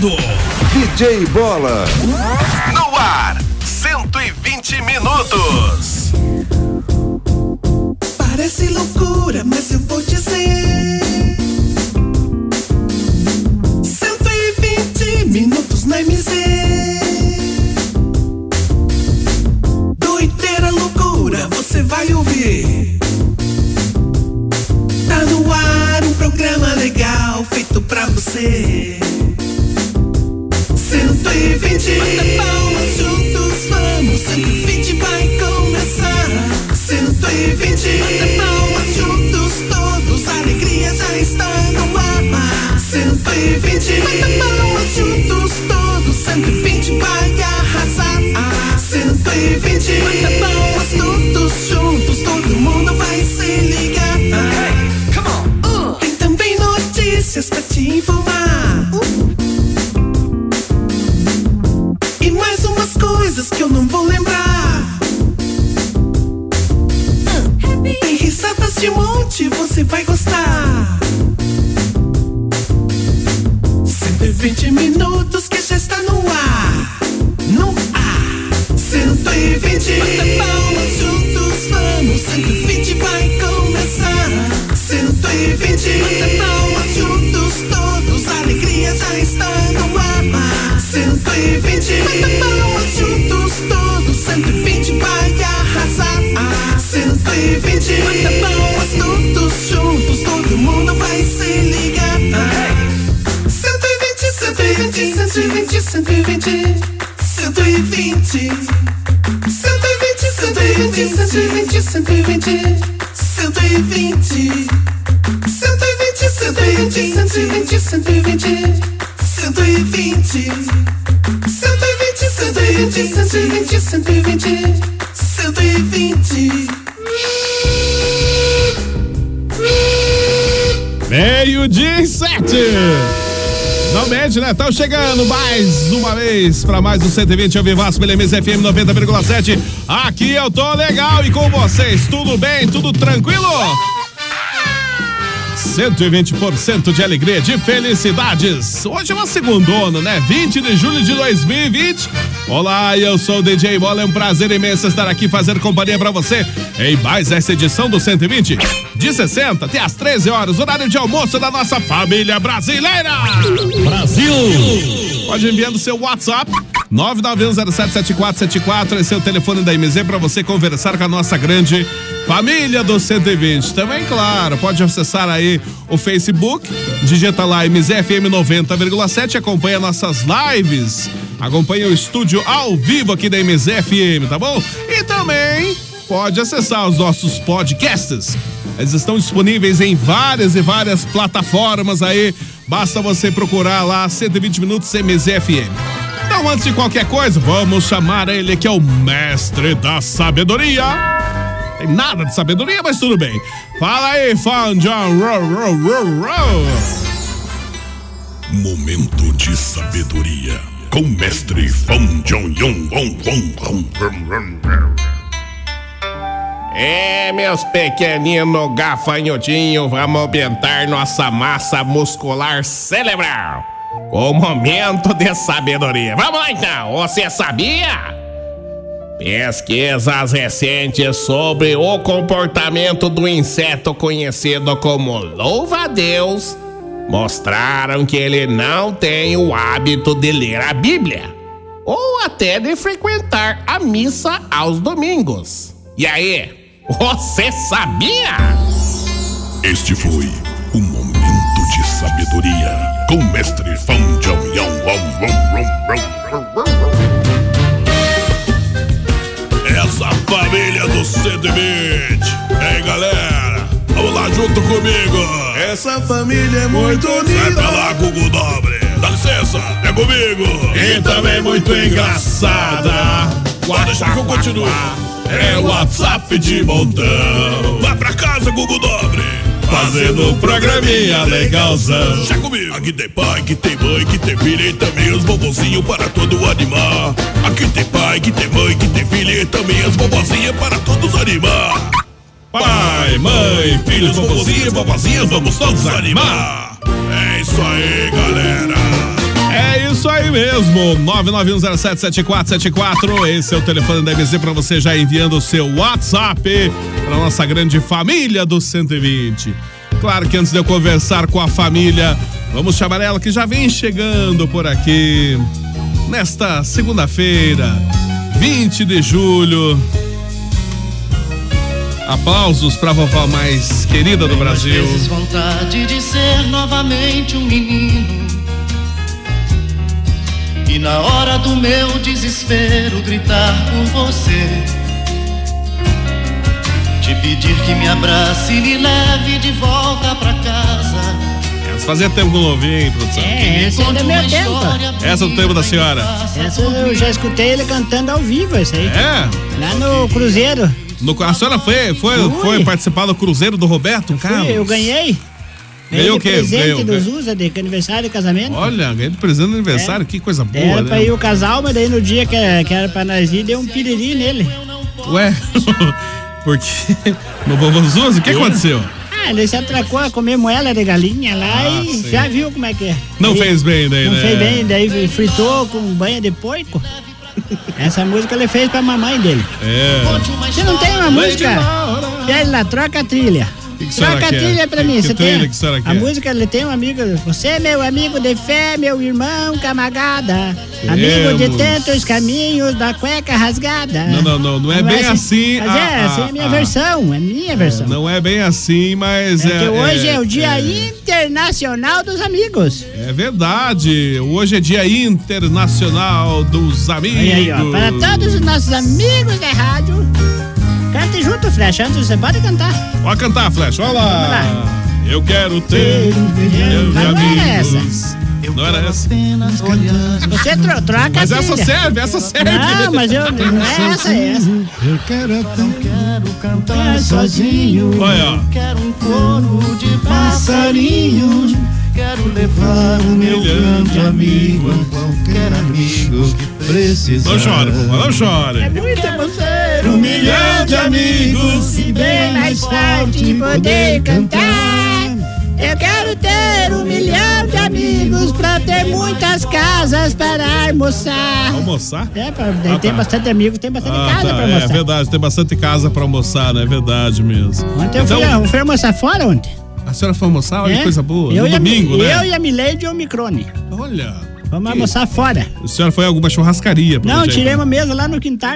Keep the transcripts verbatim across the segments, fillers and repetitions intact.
apresentando D J Bola. No ar, cento e vinte minutos. Parece loucura, mas eu vou dizer. cento e vinte minutos na M Z. Doideira, loucura, você vai ouvir. Tá no ar um programa legal feito pra você. cento e vinte, bata palmas juntos, vamos. cento e vinte vai começar. cento e vinte, bata palmas juntos todos, a alegria já está no ar. cento e vinte, bata palmas juntos todos, cento e vinte vai arrasar. cento e vinte, bata palmas todos juntos, todo mundo vai se ligar. Tem também notícias pra te informar. E mais umas coisas que eu não vou lembrar. Tem risadas de monte, você vai gostar. cento e vinte minutos que já está no ar. No ar. cento e vinte, bata palmas juntos, vamos. cento e vinte vai começar. cento e vinte, bata palmas juntos todos, a alegria já está no ar. cento e vinte, bata palmas juntos todos, cento e vinte vai arrasar. cento e vinte, bata palmas todos juntos, todo mundo vai se ligar. cento e vinte, cento e vinte, cento e vinte, cento e vinte, cento e vinte, cento e vinte, cento e vinte, cento e vinte, cento e vinte, cento e vinte, cento e vinte, cento e vinte, cento e vinte, cento e vinte, cento e vinte, cento e vinte, cento e vinte, cento e vinte, cento e vinte, cento e vinte. Meio-dia e sete. Finalmente, né? Estão chegando mais uma vez para mais um cento e vinte ao Vivaço pela M Z F M noventa vírgula sete. Aqui eu tô legal e com vocês, tudo bem? Tudo tranquilo? cento e vinte por cento de alegria, de felicidades. Hoje é uma segundona, né? vinte de julho de dois mil e vinte. Olá, eu sou o D J Bola. É um prazer imenso estar aqui fazendo companhia pra você em mais essa edição do cento e vinte. De sessenta até às treze horas, horário de almoço da nossa família brasileira. Brasil! Pode enviando seu WhatsApp. nove nove um zero sete sete quatro sete quatro, esse é o telefone da M Z para você conversar com a nossa grande família do cento e vinte. Também, claro, pode acessar aí o Facebook, digita lá M Z F M noventa vírgula sete, acompanha nossas lives, acompanha o estúdio ao vivo aqui da M Z F M, tá bom? E também pode acessar os nossos podcasts. Eles estão disponíveis em várias e várias plataformas aí, basta você procurar lá cento e vinte minutos M Z F M. Então, antes de qualquer coisa, vamos chamar ele que é o mestre da sabedoria. Tem nada de sabedoria, mas tudo bem. Fala aí, Fan John. Momento de sabedoria com o mestre Fan John. É, meus pequeninos gafanhotinhos, vamos aumentar nossa massa muscular cerebral. O momento de sabedoria. Vamos lá então, você sabia? Pesquisas recentes sobre o comportamento do inseto conhecido como louva-a-Deus mostraram que ele não tem o hábito de ler a Bíblia ou até de frequentar a missa aos domingos. E aí, você sabia? Este foi o momento de sabedoria com o mestre Fan John. Essa família do cento e vinte. Ei, galera, vamos lá junto comigo. Essa família é muito unida. Sai pra lá, Gugu Dobre. Dá licença, é comigo. E também muito engraçada. Pode deixar que eu continuo. É o WhatsApp de montão. Vai pra casa, Gugu Dobre. Fazendo um programinha legalzão. Deixa comigo. Aqui tem pai, aqui tem mãe, aqui tem filha e também os bobozinhos para todo animar. Aqui tem pai, aqui tem mãe, aqui tem filha e também as bobozinhas para todos animar. Pai, mãe, filhos, vovozinhos, vovozinhas, vamos todos animar. É isso aí, galera. É isso aí mesmo, nove nove um zero sete sete quatro sete quatro, esse é o telefone da M Z pra você já enviando o seu WhatsApp pra nossa grande família do cento e vinte. Claro que antes de eu conversar com a família, vamos chamar ela que já vem chegando por aqui nesta segunda-feira, vinte de julho. Aplausos pra vovó mais querida do Brasil. Às vezes vontade de ser novamente um menino, e na hora do meu desespero gritar por você, te pedir que me abrace e me leve de volta pra casa. Fazia tempo que eu não ouvi, hein, produção? É, essa é do meu tempo. Essa é do tempo da senhora. Essa eu já escutei ele cantando ao vivo, esse aí. É? Lá no Cruzeiro. No, a senhora foi, foi, foi participar do Cruzeiro do Roberto Carlos? Fui, eu ganhei. Ganhou o quê? Presente Ganhou, dos ganhou. U S A de aniversário e casamento. Olha, ganhei de presente de aniversário, É. que coisa boa, Era né? pra ir o casal, mas daí no dia que, que era pra nós ir, deu um piriri nele. Ué, porque no Vovô Zuzi, o que aconteceu? Ah, ele se atracou a comer moela de galinha lá Ah, e sim. já viu como é que é. Não Aí, fez bem daí, Não né? fez bem, daí fritou com banha de porco. Essa música ele fez pra mamãe dele. É. Você não tem uma música? Ele lá, troca a trilha. Que que a senhora troca a quer? trilha pra Que- mim. que Você trilha tem que a senhora a quer? música, ele tem um amigo. Você é meu amigo de fé, meu irmão, camagada. Temos. Amigo de tantos caminhos da cueca rasgada. Não, não, não, não é bem assim. Mas a- é, a- essa é a minha a- versão, é minha versão. Não é bem assim, mas É é. que hoje é, o Dia é, Internacional dos Amigos. É verdade. Hoje é Dia Internacional dos Amigos. Aí, aí, ó, para todos os nossos amigos da rádio. Cante junto, Flash, antes você pode cantar. Pode cantar, Flash, olha lá. Vamos lá. Eu quero ter milhão de Mas não era amigos. Não era essa? Você tro troca Mas a essa trilha. serve, essa serve. Não, mas eu, não é essa, é essa. Eu quero Cantar sozinho, Olha, ó. quero um coro de passarinhos, quero levar o meu grande amigo a qualquer amigo que precisar. Não chore, vovó, não chore. É muito emoção. Um milhão de amigos. E bem mais forte poder cantar. Eu quero ter um milhão de amigos pra ter muitas casas para almoçar. Almoçar? É, pra, daí Ah, tem tá. bastante amigos, tem bastante Ah, casa tá, pra é almoçar. verdade, tem bastante casa pra almoçar, né? É verdade mesmo. Ontem eu Então, fui, eu fui almoçar fora ontem. a senhora foi almoçar? Olha que É. coisa boa. Eu No e a Mi- domingo, né? Eu e a Milady e o Microne. Olha. Vamos Que- almoçar fora. A senhora foi a alguma churrascaria? pelo Não, jeito. tirei uma mesa lá no quintal.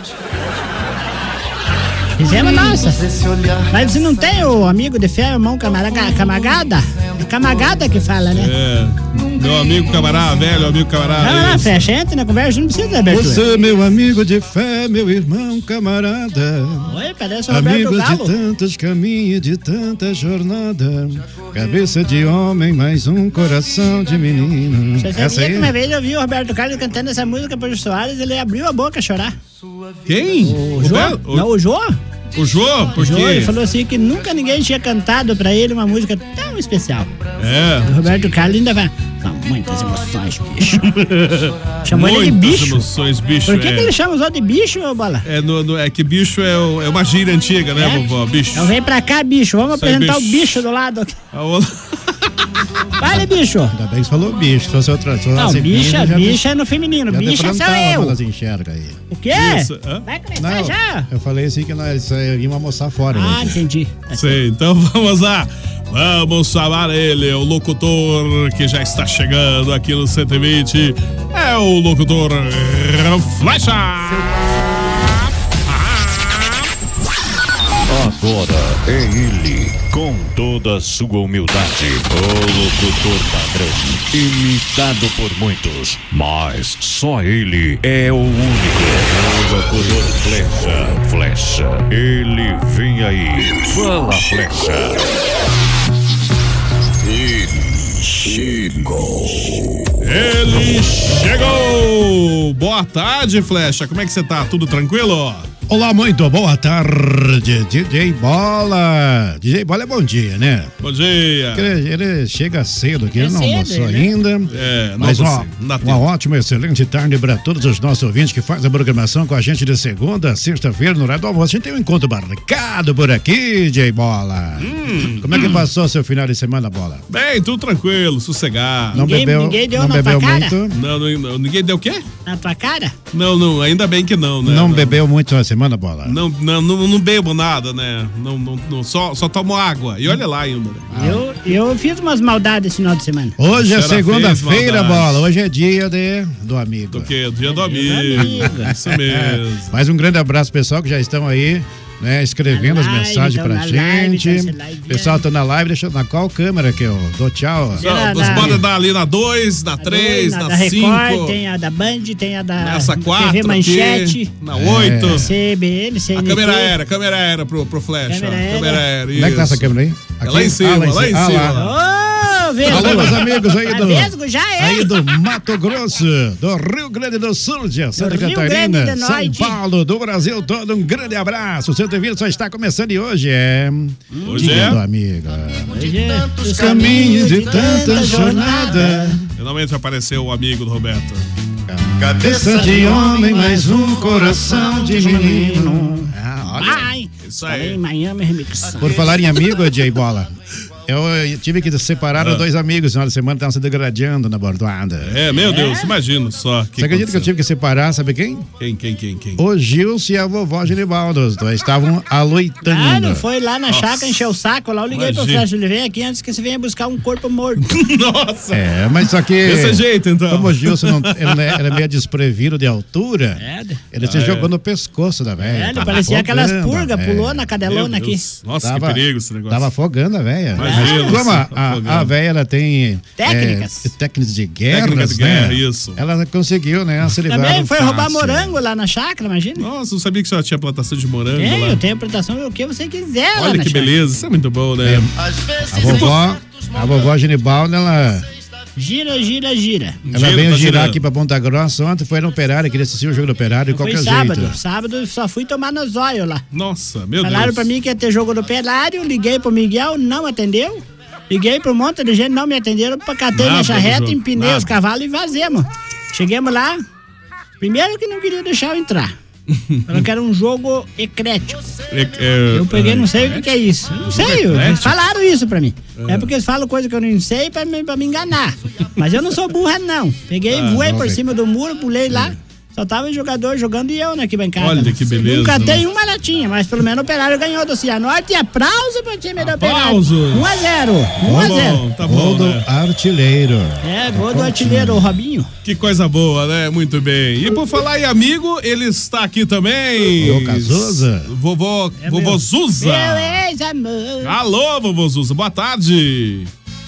Fizemos nossa. Mas você não tem o amigo de fé, irmão camaraga, camagada? É camagada que fala, né? É. Meu amigo camarada, velho amigo camarada. Vamos lá, isso. fecha, entra na conversa, não precisa de abertura. Você, meu amigo de fé, meu irmão, camarada. Oi, parece o Roberto Amigo de Galo. tantos caminhos, de tanta jornada. Cabeça de homem, mais um coração de menino. Você Essa sabia aí? que uma vez eu vi o Roberto Carlos cantando essa música pro Jô Soares, ele abriu a boca a chorar. Quem? O O, Jô? Bel- o- Não, o Jô? o Jô? Por O Jô, quê? ele falou assim que nunca ninguém tinha cantado pra ele uma música tão especial. É. O Roberto Carlos ainda vai. São muitas emoções, bicho. Chamou ele de Muitas bicho. emoções, bicho. Por que, é. que ele chama os outros de bicho, ô Bola? É, no, no- é que bicho é, o- é uma gíria antiga, né, É? vovó? Bicho. Então vem pra cá, bicho. Vamos Isso aí, apresentar bicho. o bicho do lado. A outra- Vale, bicho. Ainda bem que você falou bicho. Se fosse outra coisa, Não, assim, bicha, já- bicha é no feminino. já Bicha sou defrontava, eu. Elas enxergam aí. O quê? Isso, hã? Vai começar Não, já? eu falei assim que nós eh, íamos almoçar fora. Ah, hoje. entendi. Sei, então vamos lá. Vamos chamar ele, o locutor que já está chegando aqui no cento e vinte. É o locutor Flecha. Agora é ele, com toda a sua humildade, o locutor padrão, imitado por muitos, mas só ele é o único, o locutor Flecha, Flecha, ele vem aí, fala Flecha. Ele chegou. Ele chegou! Meu boa tarde, Flecha. Como é que você tá? Tudo tranquilo? Olá, muito boa tarde, D J Bola. D J Bola é bom dia, né? Bom dia. Ele, ele chega cedo aqui, É ele não cedo, almoçou né? ainda. É, não Mas, ó, almocei, não dá uma tempo. ótima, excelente tarde para todos os nossos ouvintes que fazem a programação com a gente de segunda a sexta-feira no horário do almoço. A gente tem um encontro marcado por aqui, D J Bola. Hum, Como é que passou seu final de semana, Bola? Bem, tudo tranquilo, sossegado. Não Ninguém- bebeu, ninguém deu não na bebeu tua cara? muito? Não, não, não, ninguém deu o quê? Na tua cara? Não, não, ainda bem que não, né? Não bebeu muito na semana, Bola? Não, não, não, não bebo nada, né? Não, não, não, só, só tomo água. E olha lá ainda. Eu, eu fiz umas maldades esse final de semana. Hoje é Senhora fez segunda-feira, maldade. Bola. Hoje é dia de, do amigo. Do quê? Do dia do Dia do amigo. amigo. Isso mesmo. Mais um grande abraço, pessoal, que já estão aí, né, escrevendo Na as live, mensagens tão pra na live, gente. tão se live, Pessoal, tá na live, deixa eu. Na qual câmera que eu dou tchau? Sim. Na- Você na- pode dar ali na dois, na três, na na da Record, cinco, tem a da Band, tem a da nessa T V quatro Manchete, aqui, na oito. C B N, C N A T. câmera aérea, câmera aérea pro, pro Flash, Câmera ó. aérea. Câmera aérea, Como é que tá essa isso. câmera aí? É lá em cima, lá em Ah, cima. lá. Ô, Vesgo! Alô, meus amigos aí A do, Vesgo já é. aí do Mato Grosso, do Rio Grande do Sul, de Santa Rio Catarina, Grande do São Norte. Paulo, do Brasil todo, um grande abraço. O cento e vinte só está começando e hoje é... Hoje Dia é? do amigo. Hoje é Os caminhos de tanta jornada, Finalmente apareceu o amigo do Roberto. cabeça de homem, mais um coração de menino. Ah, olha. Ai, Isso estarei aí. em Miami Remix. Por falar em amigo, J Bola, eu, eu tive que separar Ah. os dois amigos no final de semana, estavam se degradando na bordoada. É, meu Deus, imagino só. Você acredita que eu tive que separar, sabe quem? Quem, quem, quem, quem? O Gilson e a vovó Genibaldo, os dois estavam aloitando. Claro, foi lá na chácara, encheu o saco lá. Eu liguei pro Imagina. Flash, ele vem aqui antes que você venha buscar um corpo morto. Nossa! É, mas só que... Desse jeito, então. Como o Gilson não, ele era meio desprevido de altura, É, ele se Ah, jogou é. no pescoço da velha. é, ele Tava parecia aquelas afogando a purgas, véia. pulou na Meu cadelona aqui. Deus. Nossa, Tava- que perigo esse negócio. Tava afogando a velha. Imagina, Mas como a, afogando. a, a velha ela tem Técnicas. é, técnicas de guerra, Técnica de né? guerra, isso. Ela conseguiu, né? Se livrar Também foi roubar fácil. morango lá na chácara, imagina. Nossa, não sabia que você tinha plantação de morango Tem, lá. eu tenho plantação do que você quiser lá Olha na que chácara. beleza, isso é muito bom, né? A vovó, a vovó Genibaldo, ela, Gira, gira, gira. ela Giro, veio tá girar girando. aqui pra Ponta Grossa ontem, foi no Operário, queria assistir o jogo do Operário de Foi qualquer sábado. jeito. Sábado só fui tomar no zóio lá. Nossa, meu Falaram Deus. pra mim que ia ter jogo do Operário, liguei pro Miguel, não atendeu. Liguei pro um monte de gente, não me atenderam, pra catei Nada minha do charreta, jogo, empinei nada. os cavalos e vazemos. Chegamos lá, primeiro que não queria deixar eu entrar. Falaram que era um jogo eclético. É, é, Eu peguei, é, não sei o que, que é isso. Não sei, eles eclético? falaram isso pra mim. É. porque eles falam coisa que eu não sei pra me, pra me enganar. Mas eu não sou burra, não. Peguei, Ah, voei não, por velho. cima do muro, pulei lá. Só tava o jogador jogando e eu na arquibancada. Olha que beleza, Nunca né? tem uma latinha, mas pelo menos o Operário ganhou do Cianorte e aplauso pro time do Operário. Aplausos. um a zero. um Tá a bom, zero. tá Gol bom, do né? artilheiro. É, gol do artilheiro, o Robinho. Que coisa boa, né? Muito bem. E por falar em amigo, ele está aqui também. Ô, Cazuza. Vovó, É vovó meu- Zuza. Meu ex-amor. Alô, vovô Zuza, boa tarde.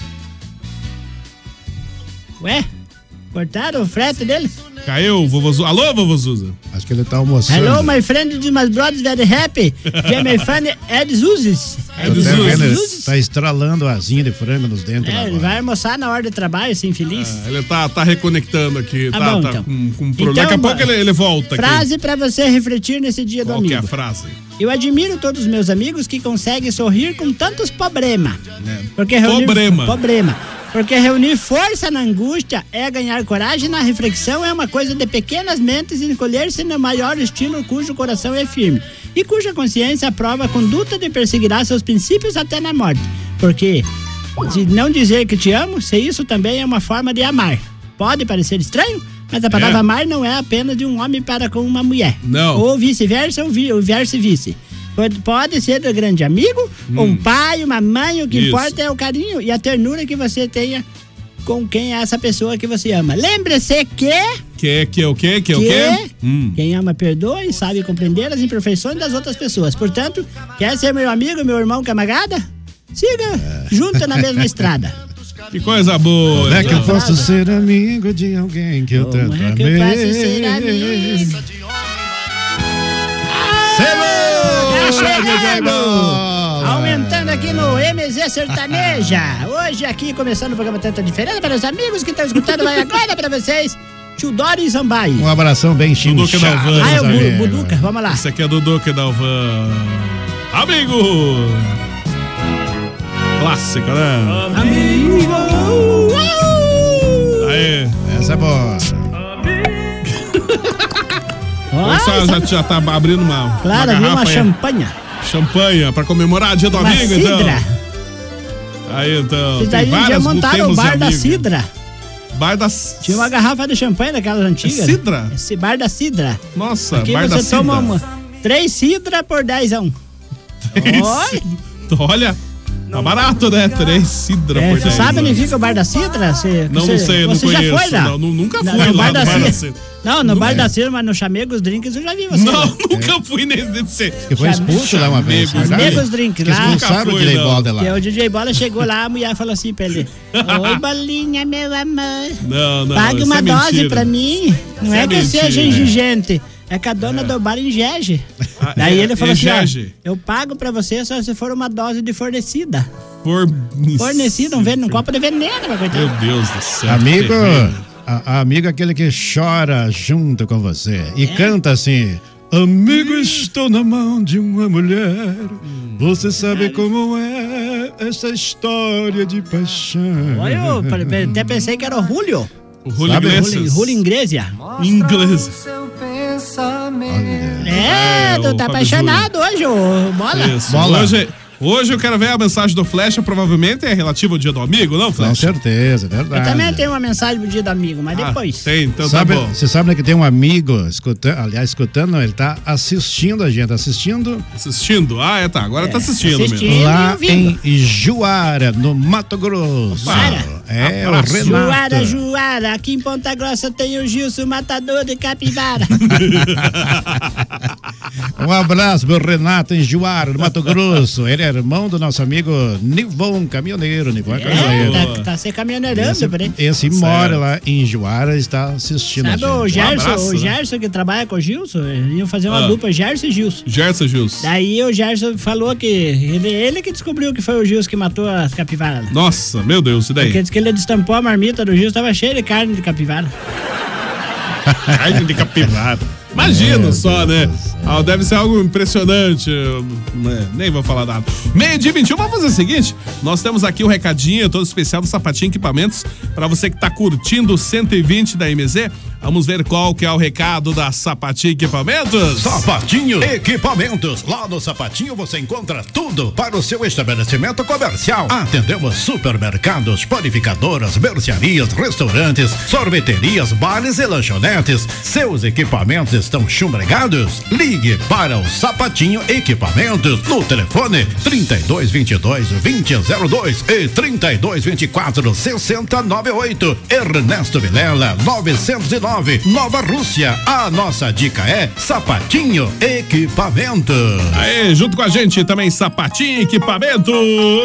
Ué, cortaram o frete dele? Caiu, vovô Zuza. Alô, vovô Zuza. Acho que ele tá almoçando. Hello, my friend de my brothers very happy. Yeah, my friend Ed Zuzes. É Eu do tô Zuza. vendo, ele Zuzes. tá estralando a asinha de frango nos dentes. É, lá ele agora. vai almoçar na hora de trabalho, assim, feliz. Ah, ele tá, tá reconectando aqui. Tá Tá, bom, tá então. com, com Então, problema. Daqui a pouco bora. ele, ele volta aqui. Frase pra você refletir nesse dia do Qual que é a amigo. frase? Eu admiro todos os meus amigos que conseguem sorrir com tantos problemas. É. Porque reunir, Problema. Problema. Porque reunir força na angústia é ganhar coragem na reflexão, é uma coisa de pequenas mentes e encolher-se no maior estilo cujo coração é firme e cuja consciência aprova a conduta de perseguirá seus princípios até na morte. Porque de não dizer que te amo, se isso também é uma forma de amar. Pode parecer estranho, mas a palavra É. amar não é apenas de um homem para com uma mulher. Não. Ou vice-versa, ou vi- ou verso-vice. Pode, pode ser do grande amigo, um pai, uma mãe, o que Isso. importa é o carinho e a ternura que você tenha com quem é essa pessoa que você ama. Lembre-se que, Que, que, o que, que, o que que? Hum. quem ama perdoa e sabe compreender as imperfeições das outras pessoas. Portanto, quer ser meu amigo, meu irmão camarada? Siga junto na mesma estrada. Que coisa boa. Como é que eu então. posso ser amigo de alguém que eu Como tanto é que eu amei? posso ser amigo? Tá chegando! Aumentando aqui no M Z Sertaneja. Hoje aqui começando o programa Tanta Diferença para os amigos que estão escutando, vai agora para vocês. Tio Dori Zambai. Um abração bem Duduca chinchado. Dalvan. Ah, é o meus Bu- amigos. Buduca, vamos lá. Esse aqui é Duduca Dalvan. Amigo! Clássico, né? Amigo! Aê. Essa é boa. Ó, Só essa- já, já tá abrindo uma, Claro, uma viu garrafa uma aí. champanhe. Champanha pra comemorar o dia do Uma amigo, então. cidra. Aí, então. Vocês Tem aí já várias montaram o termos de bar da amigo. Cidra. Bar da... Tinha uma garrafa de champanhe daquelas antigas. Cidra? Esse bar da Cidra. Nossa, Aqui bar você da toma Cidra. uma, três Cidra por dez a um. Oi? Olha, tá barato, né? Três cidra É, por você dez sabe onde anos. fica o bar da Cidra? Você, Não, você, não sei, eu não você conheço. já foi lá? Não, nu- nunca Não, fui no lá bar no da Bar da Cidra. Cidra. Não, no bar da Cidra, mas no Chamegos Drinks eu já vi você. Não, lá. nunca fui nesse. Que foi expulso lá uma vez. Chamegos. verdade? Chamegos Drinks, Que lá. expulsaram Nunca o fui, D J não. Bola de lá. Que o D J Bola chegou lá, a mulher falou assim pra ele: Oi, Bolinha, meu amor. Não, não. Pague isso uma é dose mentira. pra mim. Não Isso é é que eu seja mentira. exigente. É que a dona do bar injege. Ah, Daí é, ele falou assim: injege. ó, eu pago pra você só se for uma dose de fornecida. Por... Fornecida, um, ven- um copo de veneno, meu coitado. Meu Deus do céu. Amigo, terrível. a, a amigo é aquele que chora junto com você É. e canta assim: amigo, estou na mão de uma mulher. Você sabe como é essa história de paixão. Olha, eu pare- pare- até pensei que era o Julio. O Julio Sabe? Iglesias. Julio, Julio Inglesia. Inglês. Olha. É, É, tu o tá Fábio apaixonado hoje, ô Bola. Isso. Bola. Hoje, hoje eu quero ver a mensagem do Flecha, provavelmente é relativa ao dia do amigo, não, Com Flecha? certeza, é Eu verdade. também tenho uma mensagem pro dia do amigo, mas Ah, depois. tem, então Sabe, tá bom. você sabe né, que tem um amigo escutando, aliás, escutando, não, ele tá assistindo a gente, assistindo Assistindo? Ah, é, tá. Agora tá assistindo, assistindo. mesmo. E lá ouvindo. em Juara, no Mato Grosso. Para. É, o Abraço. Renato. Juara, Juara, aqui em Ponta Grossa tem o Gilson, matador de capivara. Um abraço pro Renato em Juara, no Mato Grosso. Ele é irmão do nosso amigo Nivon, caminhoneiro. Nivon é, É, caminhoneiro. tá, tá se caminhoneirando, Esse, peraí. esse mora lá em Juara, está assistindo Sabe a o gente. Gerson, abraço, o né? Gerson que trabalha com o Gilson? Eles iam fazer uma Ah. dupla Gerson e Gilson. Gerson Gilson. Daí o Gerson falou que ele, ele que descobriu que foi o Gilson que matou as capivaras. Nossa, meu Deus, e daí? Porque diz que ele destampou a marmita do Gilson, tava cheia de carne de capivara. Carne de capivara. Imagina só, né? Ah, deve ser algo impressionante. Eu, né, nem vou falar nada. Meio-dia e vinte e um, vamos fazer o seguinte: nós temos aqui um recadinho todo especial do Sapatinho Equipamentos para você que tá curtindo o cento e vinte da M Z. Vamos ver qual que é o recado da Sapatinho Equipamentos. Sapatinho Equipamentos. Lá no Sapatinho você encontra tudo para o seu estabelecimento comercial. Atendemos supermercados, panificadoras, mercearias, restaurantes, sorveterias, bares e lanchonetes. Seus equipamentos estão chumbregados? Ligue para o Sapatinho Equipamentos no telefone trinta e dois, vinte e dois, vinte zero dois e trinta e dois, vinte e quatro, sessenta, noventa e oito. Ernesto Vilela, novecentos e nove, Nova Rússia. A nossa dica é Sapatinho Equipamentos. Aê, junto com a gente também Sapatinho Equipamentos.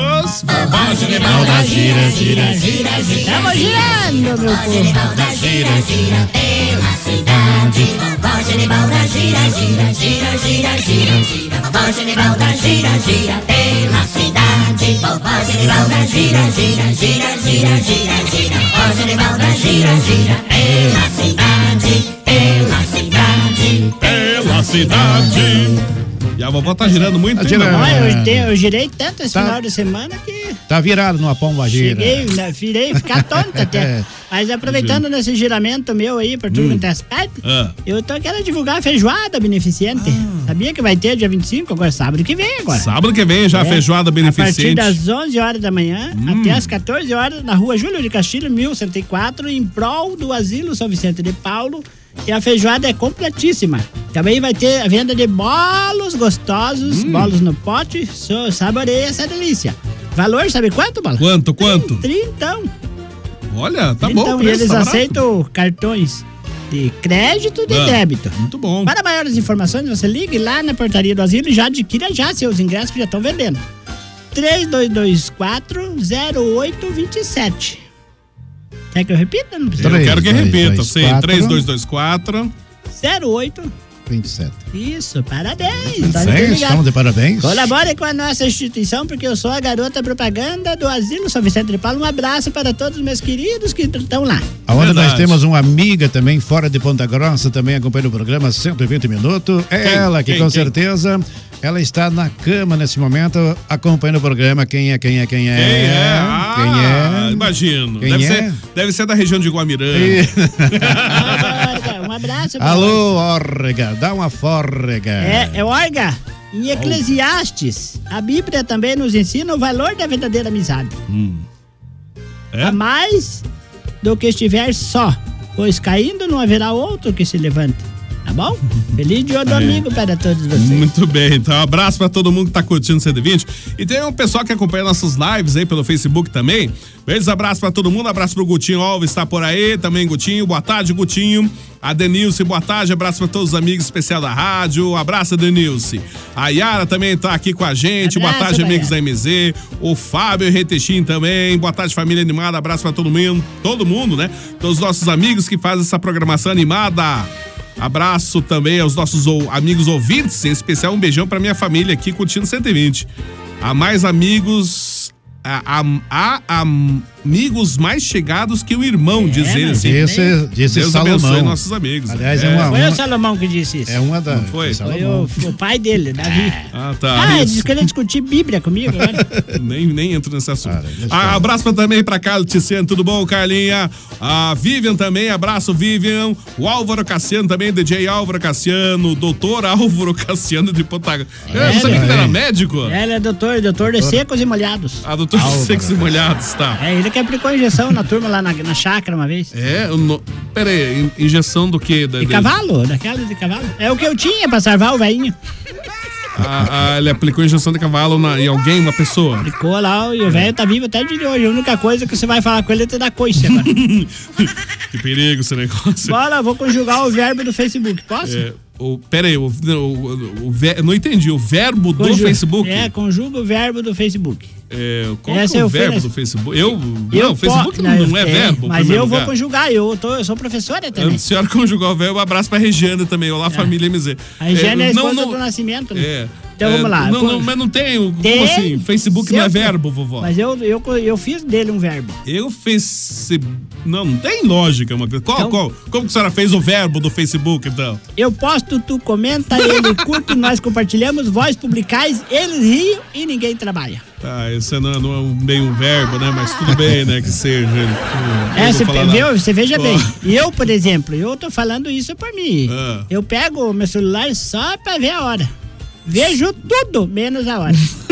Gira, gira, gira, gira. Estamos girando, meu povo. Gira, gira pela cidade. Vovó Genibalda gira, gira, gira, gira, gira, gira. Vovó Genibalda gira, gira pela cidade. Vovó Genibalda gira, gira, gira, gira, gira, gira. Vovó Genibalda gira, gira pela cidade, pela cidade, Pela cidade. E a vovó tá girando muito, Tá hein, girando. vovó? Olha, eu, te- eu girei tanto esse Tá. final de semana que Tá virado numa pomba gira. cheguei, né, virei ficar tonta até. Mas aproveitando nesse giramento meu aí, por tudo quanto é as partes, Ah. eu tô querendo divulgar a feijoada beneficente. Sabia que vai ter dia vinte e cinco, agora sábado que vem agora. Sábado que vem já a É, feijoada A partir beneficente. das onze horas da manhã até as quatorze horas na rua Júlio de Castilho, mil cento e quatro, em prol do Asilo São Vicente de Paulo. E a feijoada é completíssima. Também vai ter a venda de bolos gostosos, bolos no pote. So, saboreia essa delícia. Valor, sabe quanto, Bola? Quanto, quanto? Trintão. Olha, tá bom. Então, o e preço, eles tá barato. aceitam cartões de crédito e de Ah, débito. Muito bom. Para maiores informações, você ligue lá na portaria do asilo e já adquira já seus ingressos que já estão vendendo. três dois dois quatro, zero oito dois sete. Quer que eu repita? Não Eu precisa. Três, quero que dois, repita, dois, sim. quatro. três dois dois quatro. zero oito vinte e sete. Isso, parabéns. Sim, estamos de parabéns. Colabore com a nossa instituição, porque eu sou a garota propaganda do Asilo São Vicente de Paulo. Um abraço para todos os meus queridos que estão lá. Aonde nós temos uma amiga também, fora de Ponta Grossa, também acompanha o programa cento e vinte minutos. É quem? ela que, quem, com quem? certeza, ela está na cama nesse momento, acompanhando o programa. Quem é, quem é, quem é? Quem é? Ah, quem é? Imagino. Quem deve, é? Ser, deve ser da região de Guamirã. Um abraço. Alô, Orga, dá uma fórrega. É, é Orga. Em Eclesiastes, a Bíblia também nos ensina o valor da verdadeira amizade. Hum. É? A mais do que estiver só, pois caindo não haverá outro que se levante. Tá bom? Feliz dia do domingo para todos vocês. Muito bem, então um abraço para todo mundo que tá curtindo o cento e vinte. E tem um pessoal que acompanha nossas lives aí pelo Facebook também. Beijos, abraço para todo mundo, abraço pro Gutinho Alves, tá por aí, também Gutinho, boa tarde Gutinho. A Denilce, boa tarde, abraço para todos os amigos especial da rádio, abraço Denilce. A Yara também tá aqui com a gente, abraço, boa tarde amigos da M Z. O Fábio Retechim também, boa tarde família animada, abraço para todo mundo, todo mundo, né? Todos os nossos amigos que fazem essa programação animada. Abraço também aos nossos ou, amigos ouvintes, em especial um beijão pra minha família aqui curtindo cento e vinte. Há mais amigos, há, há, há amigos mais chegados que o irmão, é, diz ele assim. Disse, disse Deus Salomão. abençoe nossos amigos. Aliás, é. É uma, foi uma, o Salomão que disse isso. É uma da. Não foi? Foi o, o pai dele, Davi. Ah, tá. Ah, ele disse que ele ia discutir Bíblia comigo agora. nem, nem entro nesse assunto. Cara, ah, abraço pra, também pra Carlos Tiziano, tudo bom, Carlinha? A Vivian também, abraço, Vivian. O Álvaro Cassiano também, D J Álvaro Cassiano, doutor Álvaro Cassiano de Ponta. É, Eu sabia que ele era é. médico? Ele é doutor, doutor de secos e molhados. Ah, doutor de secos e molhados, tá. É, ele que aplicou injeção na turma lá na, na chácara uma vez. É, no, pera aí, injeção do quê? Da, de, de cavalo, daquela de cavalo. É o que eu tinha pra salvar o velhinho. Ah, ah, ele aplicou injeção de cavalo na, em alguém, uma pessoa? Aplicou lá e o velho tá vivo até de hoje. A única coisa que você vai falar com ele é te dar coice agora. Que perigo esse negócio. Bora, vou conjugar o verbo do Facebook, posso? É, o, pera aí, o, o, o, o, eu não entendi, o verbo Conju do Facebook? É, conjuga o verbo do Facebook. É, qual Esse que é o eu verbo fiz... do Facebook? Eu, eu não, o Facebook não, não é, é verbo. Mas eu vou lugar. conjugar, eu, tô, eu sou professora também. A senhora conjugar o verbo, um abraço pra Regiane também, olá, é. família M Z. A Regiane é, é a esposa não, não, do Nascimento, né? É. Então vamos lá. Não, não, mas não tem, tem, como assim? Facebook não é verbo, vovó. Mas eu, eu, eu fiz dele um verbo. Eu fiz... Não, não tem lógica uma coisa. Qual, então, qual? Como que a senhora fez o verbo do Facebook, então? Eu posto, tu comenta, ele curte, nós compartilhamos, vós publicais, eles riam e ninguém trabalha. Tá, esse não, não é um, bem um verbo, né? Mas tudo bem, né? Que seja. É, você, viu, você veja oh. bem. Eu, por exemplo, eu tô falando isso por mim. Ah. Eu pego o meu celular só pra ver a hora. Vejo tudo, menos a hora.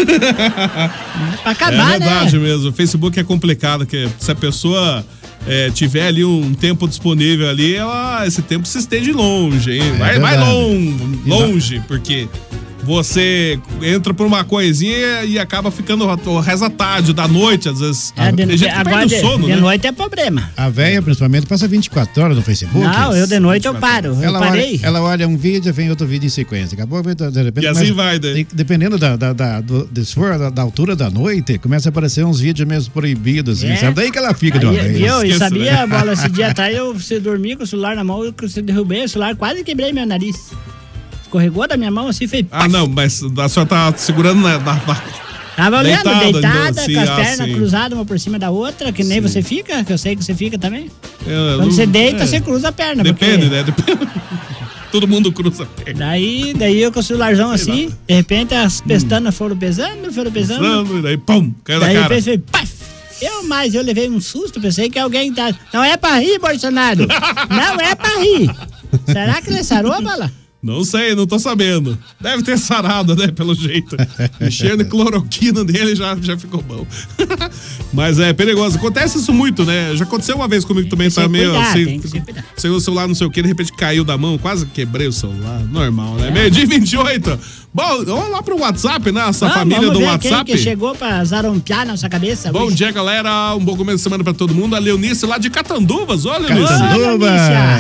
Pra acabar, é verdade, né? mesmo. O Facebook é complicado, que se a pessoa é, tiver ali um tempo disponível ali, ela, esse tempo se estende longe, hein? É vai, vai longe, longe, porque você entra por uma coisinha e acaba ficando o resto da tarde, da noite, às vezes. É, de, tem gente que agora perde o sono, de, né? De noite é problema. A velha, principalmente, passa vinte e quatro horas no Facebook. Não, eu de noite eu paro. Eu ela, parei. Olha, ela olha um vídeo, vem outro vídeo em sequência. Acabou, de repente, e assim vai, daí. Dependendo da, da, da, do, da, da altura da noite, começa a aparecer uns vídeos mesmo proibidos. Assim, é. Sabe? Daí que ela fica de uma aí, vez. Eu, eu sabia, né? Bola, esse dia atrás eu você dormi com o celular na mão, eu derrubei o celular, quase quebrei meu nariz. Escorregou da minha mão assim, fez... Ah, não, mas a senhora tá segurando na... na, na... Tava olhando, deitada, deitada assim, com as ah, pernas sim. cruzadas uma por cima da outra, que nem sim. você fica, que eu sei que você fica também. Eu, Quando não, você deita, é. você cruza a perna. Depende, porque... né? Depende. Todo mundo cruza a perna. Daí, daí eu com o celularzão assim, de repente as pestanas hum. foram pesando, foram pesando. Pesando, e daí, pum, caiu daí na cara. Daí eu pensei, paf! Eu mais, eu levei um susto, pensei que alguém tá... Não é pra rir, Bolsonaro! Não é pra rir! Será que ele sarou a bala? Não sei, não tô sabendo. Deve ter sarado, né? Pelo jeito. Enchendo de cloroquina nele já, já ficou bom. Mas é perigoso. Acontece isso muito, né? Já aconteceu uma vez comigo também, tá meio cuidar, assim. Sem o celular, não sei o que, de repente caiu da mão, quase quebrei o celular. Normal, né? É. Meio dia vinte e oito. Bom, vamos lá pro WhatsApp, né? Essa Não, família do ver WhatsApp. Quem que chegou pra zarompear na nossa cabeça? Bom hoje. dia, galera. Um bom começo de semana pra todo mundo. A Leonice lá de Catanduvas. Olha, Leonice. Catanduva.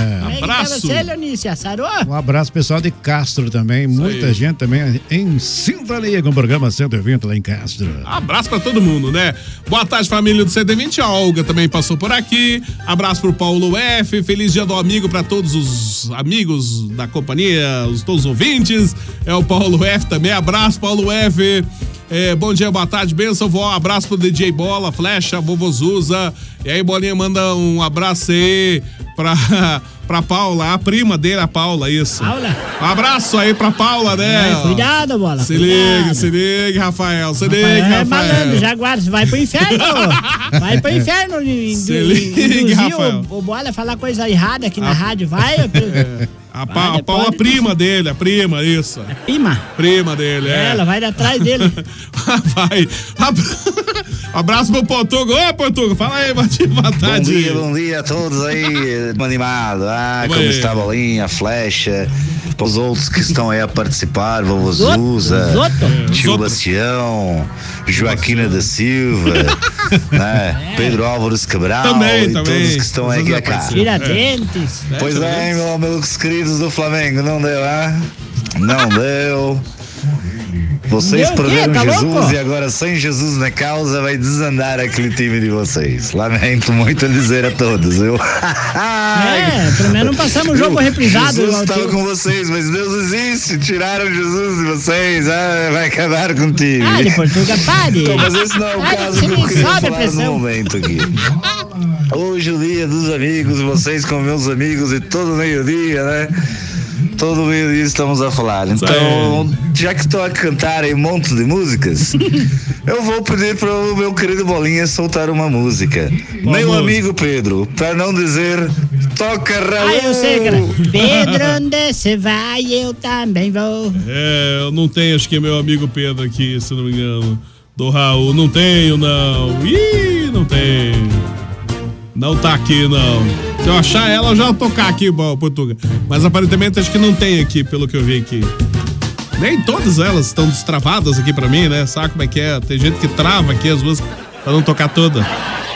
abraço. Pra você, Leonícia, sarou? Um abraço pessoal de Castro também, Isso muita aí. gente também em sintonia com o programa cento e vinte lá em Castro. Abraço pra todo mundo, né? Boa tarde, família do cento e vinte. A Olga também passou por aqui. Abraço pro Paulo F. Feliz dia do amigo pra todos os amigos da companhia, os todos os ouvintes. É o Paulo F também. Abraço, Paulo F. É, bom dia, boa tarde, benção, vó. Abraço pro D J Bola, Flecha, Vovozuza. E aí, Bolinha, manda um abraço aí pra, pra Paula, a prima dele, a Paula, isso. Paula? Um abraço aí pra Paula, né? Ai, cuidado, Bola. Se cuidado. liga, se liga, Rafael. Se liga, Rafael é Rafael. malandro, Jaguar, você vai pro inferno. Vai pro inferno. Se indu- liga, induzir Rafael. o, o Bola a falar coisa errada aqui na rádio. Vai, É, a, pa, Vai, a Paula, a depois- prima dele, a prima, isso. prima. Prima dele, é. Ela vai atrás dele. Vai. Abra- Abraço pro Portuga. Ô, Portuga, fala aí, Martinho, boa Bom tarde. dia, bom dia a todos aí, animado. Ah, Vamos como aí. está a Bolinha, a Flecha, para os outros que estão aí a participar, Vovô Os outros, Zuza, os outros. Tio Os outros. Bastião, Joaquina da Silva, né? Pedro Álvares Cabral Também, e também. todos que estão aí Zuza aqui a cá. apareceu. Tiradentes. É, Pois também. bem, meu- meus queridos do Flamengo, não deu, ah? Não deu. Vocês Deu o quê? perderam Tá Jesus louco? e agora sem Jesus na causa vai desandar aquele time de vocês. Lamento muito a dizer a todos, eu. É, pelo menos não passamos o jogo Eu- reprisado. Jesus igual estava teu. com vocês, mas Deus existe. Tiraram Jesus de vocês. Ah, vai acabar com o time. Ah, de Portuga, pare. Então, mas esse não é o Pare, caso você que eu me queria sobe a falar no pressão. momento aqui. Hoje o dia dos amigos, vocês com meus amigos e todo meio-dia, né? Todo meio-dia estamos a falar. Então, já que estou a cantar aí um monte de músicas, eu vou pedir para o meu querido Bolinha soltar uma música. Qual Meu música? amigo Pedro, para não dizer toca Raul. Ah, eu sei, cara. Pedro, onde você vai, eu também vou. É, eu não tenho, acho que é meu amigo Pedro aqui, se não me engano. Do Raul, não tenho, não. Ih, não tem. Não tá aqui, não. Se eu achar ela, eu já vou tocar aqui, bom, Portuga. Mas aparentemente acho que não tem aqui, pelo que eu vi aqui. Nem todas elas estão destravadas aqui pra mim, né? Sabe como é que é? Tem gente que trava aqui as músicas pra não tocar toda.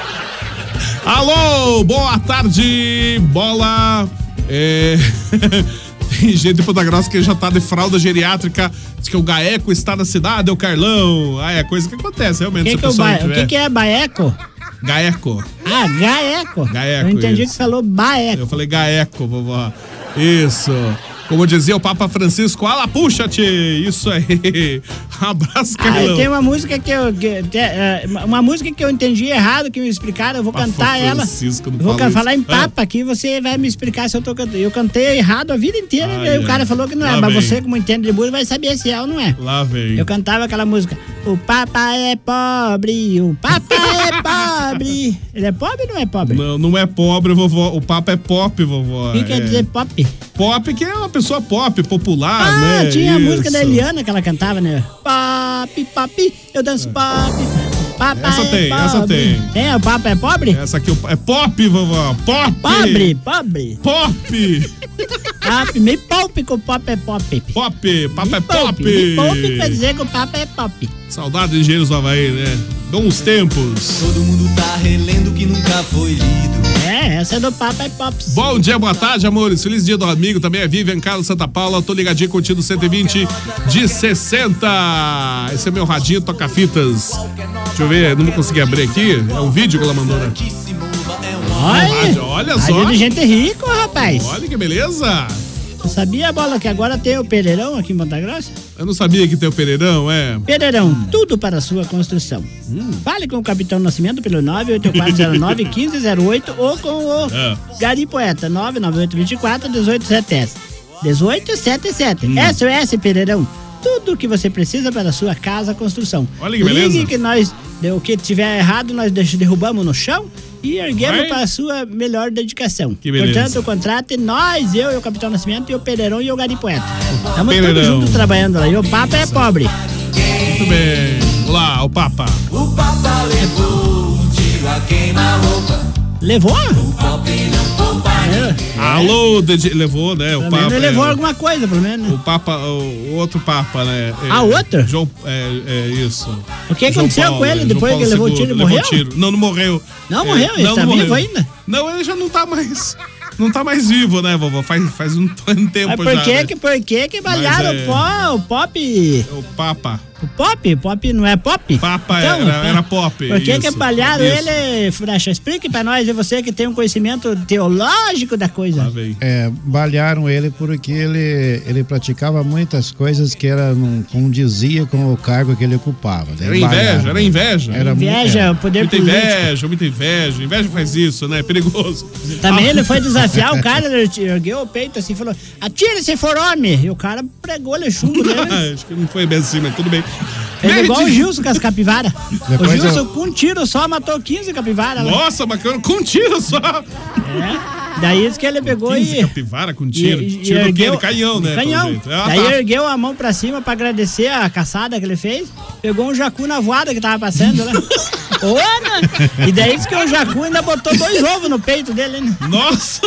Alô, boa tarde, bola. É... Tem gente de Ponta Grossa que já tá de fralda geriátrica. Diz que o Gaeco está na cidade, é o Carlão. Ah, é coisa que acontece, realmente. Que se a que é o, pessoa ba... não o que, tiver. que é baeco? Gaeco. Ah, gaeco. Gaeco, Eu entendi isso. que falou baeco. Eu falei Gaeco, vovó. Isso. Como dizia o Papa Francisco, ala puxa-te. Isso aí. Abraço, Ah, Carlão. tem uma música que eu. Que, te- é, uma música que eu entendi errado, que me explicaram, eu vou Papa cantar ela. Francisco, não Eu vou fala can- falar isso. em papa aqui, você vai me explicar se eu tô cantando. Eu cantei errado a vida inteira, Ai, e aí o cara ai. falou que não é, Lá mas vem. você, como entende de música, vai saber se é ou não é. Lá vem. Eu cantava aquela música. O Papa é pobre, o Papa é pobre. Ele é pobre ou não é pobre? Não, não é pobre, vovó. O Papa é pop, vovó. O que é. quer dizer pop? Pop, que é uma pessoa pop, popular, Ah, né? tinha a Isso. música da Eliana que ela cantava, né? Pop, pop, eu danço pop. Papa Essa é tem, essa pobre. É, o Papa é pobre? Essa aqui é pop, vovó. Pop. Pobre, pobre. Pop. Pop, me poupe que o pop é pop. Pop, Papa é pop. Me poupe pra dizer que o Papa é pop. Saudade de Engenheiros do Havaí, né? Bons tempos. Todo mundo tá relendo que nunca foi lido. É, essa é do Papa é Pops. Bom dia, boa tarde, amores. Feliz dia do amigo. Também é Vivian Carlos Santa Paula. Tô ligadinho contigo cento e vinte de sessenta. Esse é meu radinho toca-fitas. Deixa eu ver, não vou conseguir abrir aqui. É um vídeo que ela mandou, né? Olha, Olha rádio só. de gente rico, rapaz. Olha que beleza. Tu sabia, Bola, que agora tem o Pereirão aqui em Ponta Grossa? Eu não sabia que tem o Pereirão, é. Pereirão, tudo para a sua construção. Fale com o Capitão Nascimento pelo nove oito quatro zero nove, um cinco zero oito ou com o É. Gari Poeta nove nove oito dois quatro, um oito sete sete. um oito sete sete. S O S Pereirão. Tudo o que você precisa para a sua casa, construção. Olha que beleza. Ligue que nós, o que tiver errado, nós deixa- derrubamos no chão e erguemos Vai. para a sua melhor dedicação. Que beleza. Portanto, contrate nós, eu e o Capitão Nascimento, e o Pereirão e o Gari Poeta. Estamos todos Pereirão. juntos trabalhando lá. E o papo é pobre. Muito bem. Olá, o Papa. O Papa levou um tiro a queima-roupa. Levou? O pop não poupa ninguém. Alô, D J. Levou, né? O Pelo Papa. menos ele levou é, alguma coisa, pelo menos. O Papa, o, o outro Papa, né? É, Ah, outro? João, é, é isso. O que João aconteceu Paulo, com ele João depois Paulo que ele levou o segundo, tiro? levou Morreu? tiro. Não, não morreu. Não É, morreu? Ele tá vivo ainda? Não, ele já não tá mais. não tá mais vivo, né, vovó? Faz, faz um, um tempo Mas por já. que, né? que, por que que balearam é... o, pó, o Pop? O Papa. O Pop? Pop não é Pop? Papa então, era, era Pop. Por que isso, que balearam isso. ele, Frecha? Explique pra nós, e você que tem um conhecimento teológico da coisa. Ah, é, balearam ele porque ele, ele praticava muitas coisas que era, não condizia com o cargo que ele ocupava. Era inveja, era inveja. Era inveja, é, o poder muita político. inveja, muita inveja. Inveja faz isso, né? É perigoso. Também ah. ele foi desafiar o cara, ele ergueu o peito assim e falou: atire se for homem. E o cara pregou ele chumbo dele. Acho que não foi bem assim, mas tudo bem. Ele é igual o Gilson com as capivaras. O Gilson eu... com um tiro só matou quinze capivaras. Nossa, bacana, com um tiro só. É. Daí isso que ele pegou quinze e. capivara com tiro. E, tiro e ergueu, do quê? Canhão, né? Canhão. Ah, Daí tá. ergueu a mão pra cima pra agradecer a caçada que ele fez. Pegou um jacu na voada que tava passando lá. Ô, Ana! E daí disse que o jacu ainda botou dois ovos no peito dele, né? Nossa!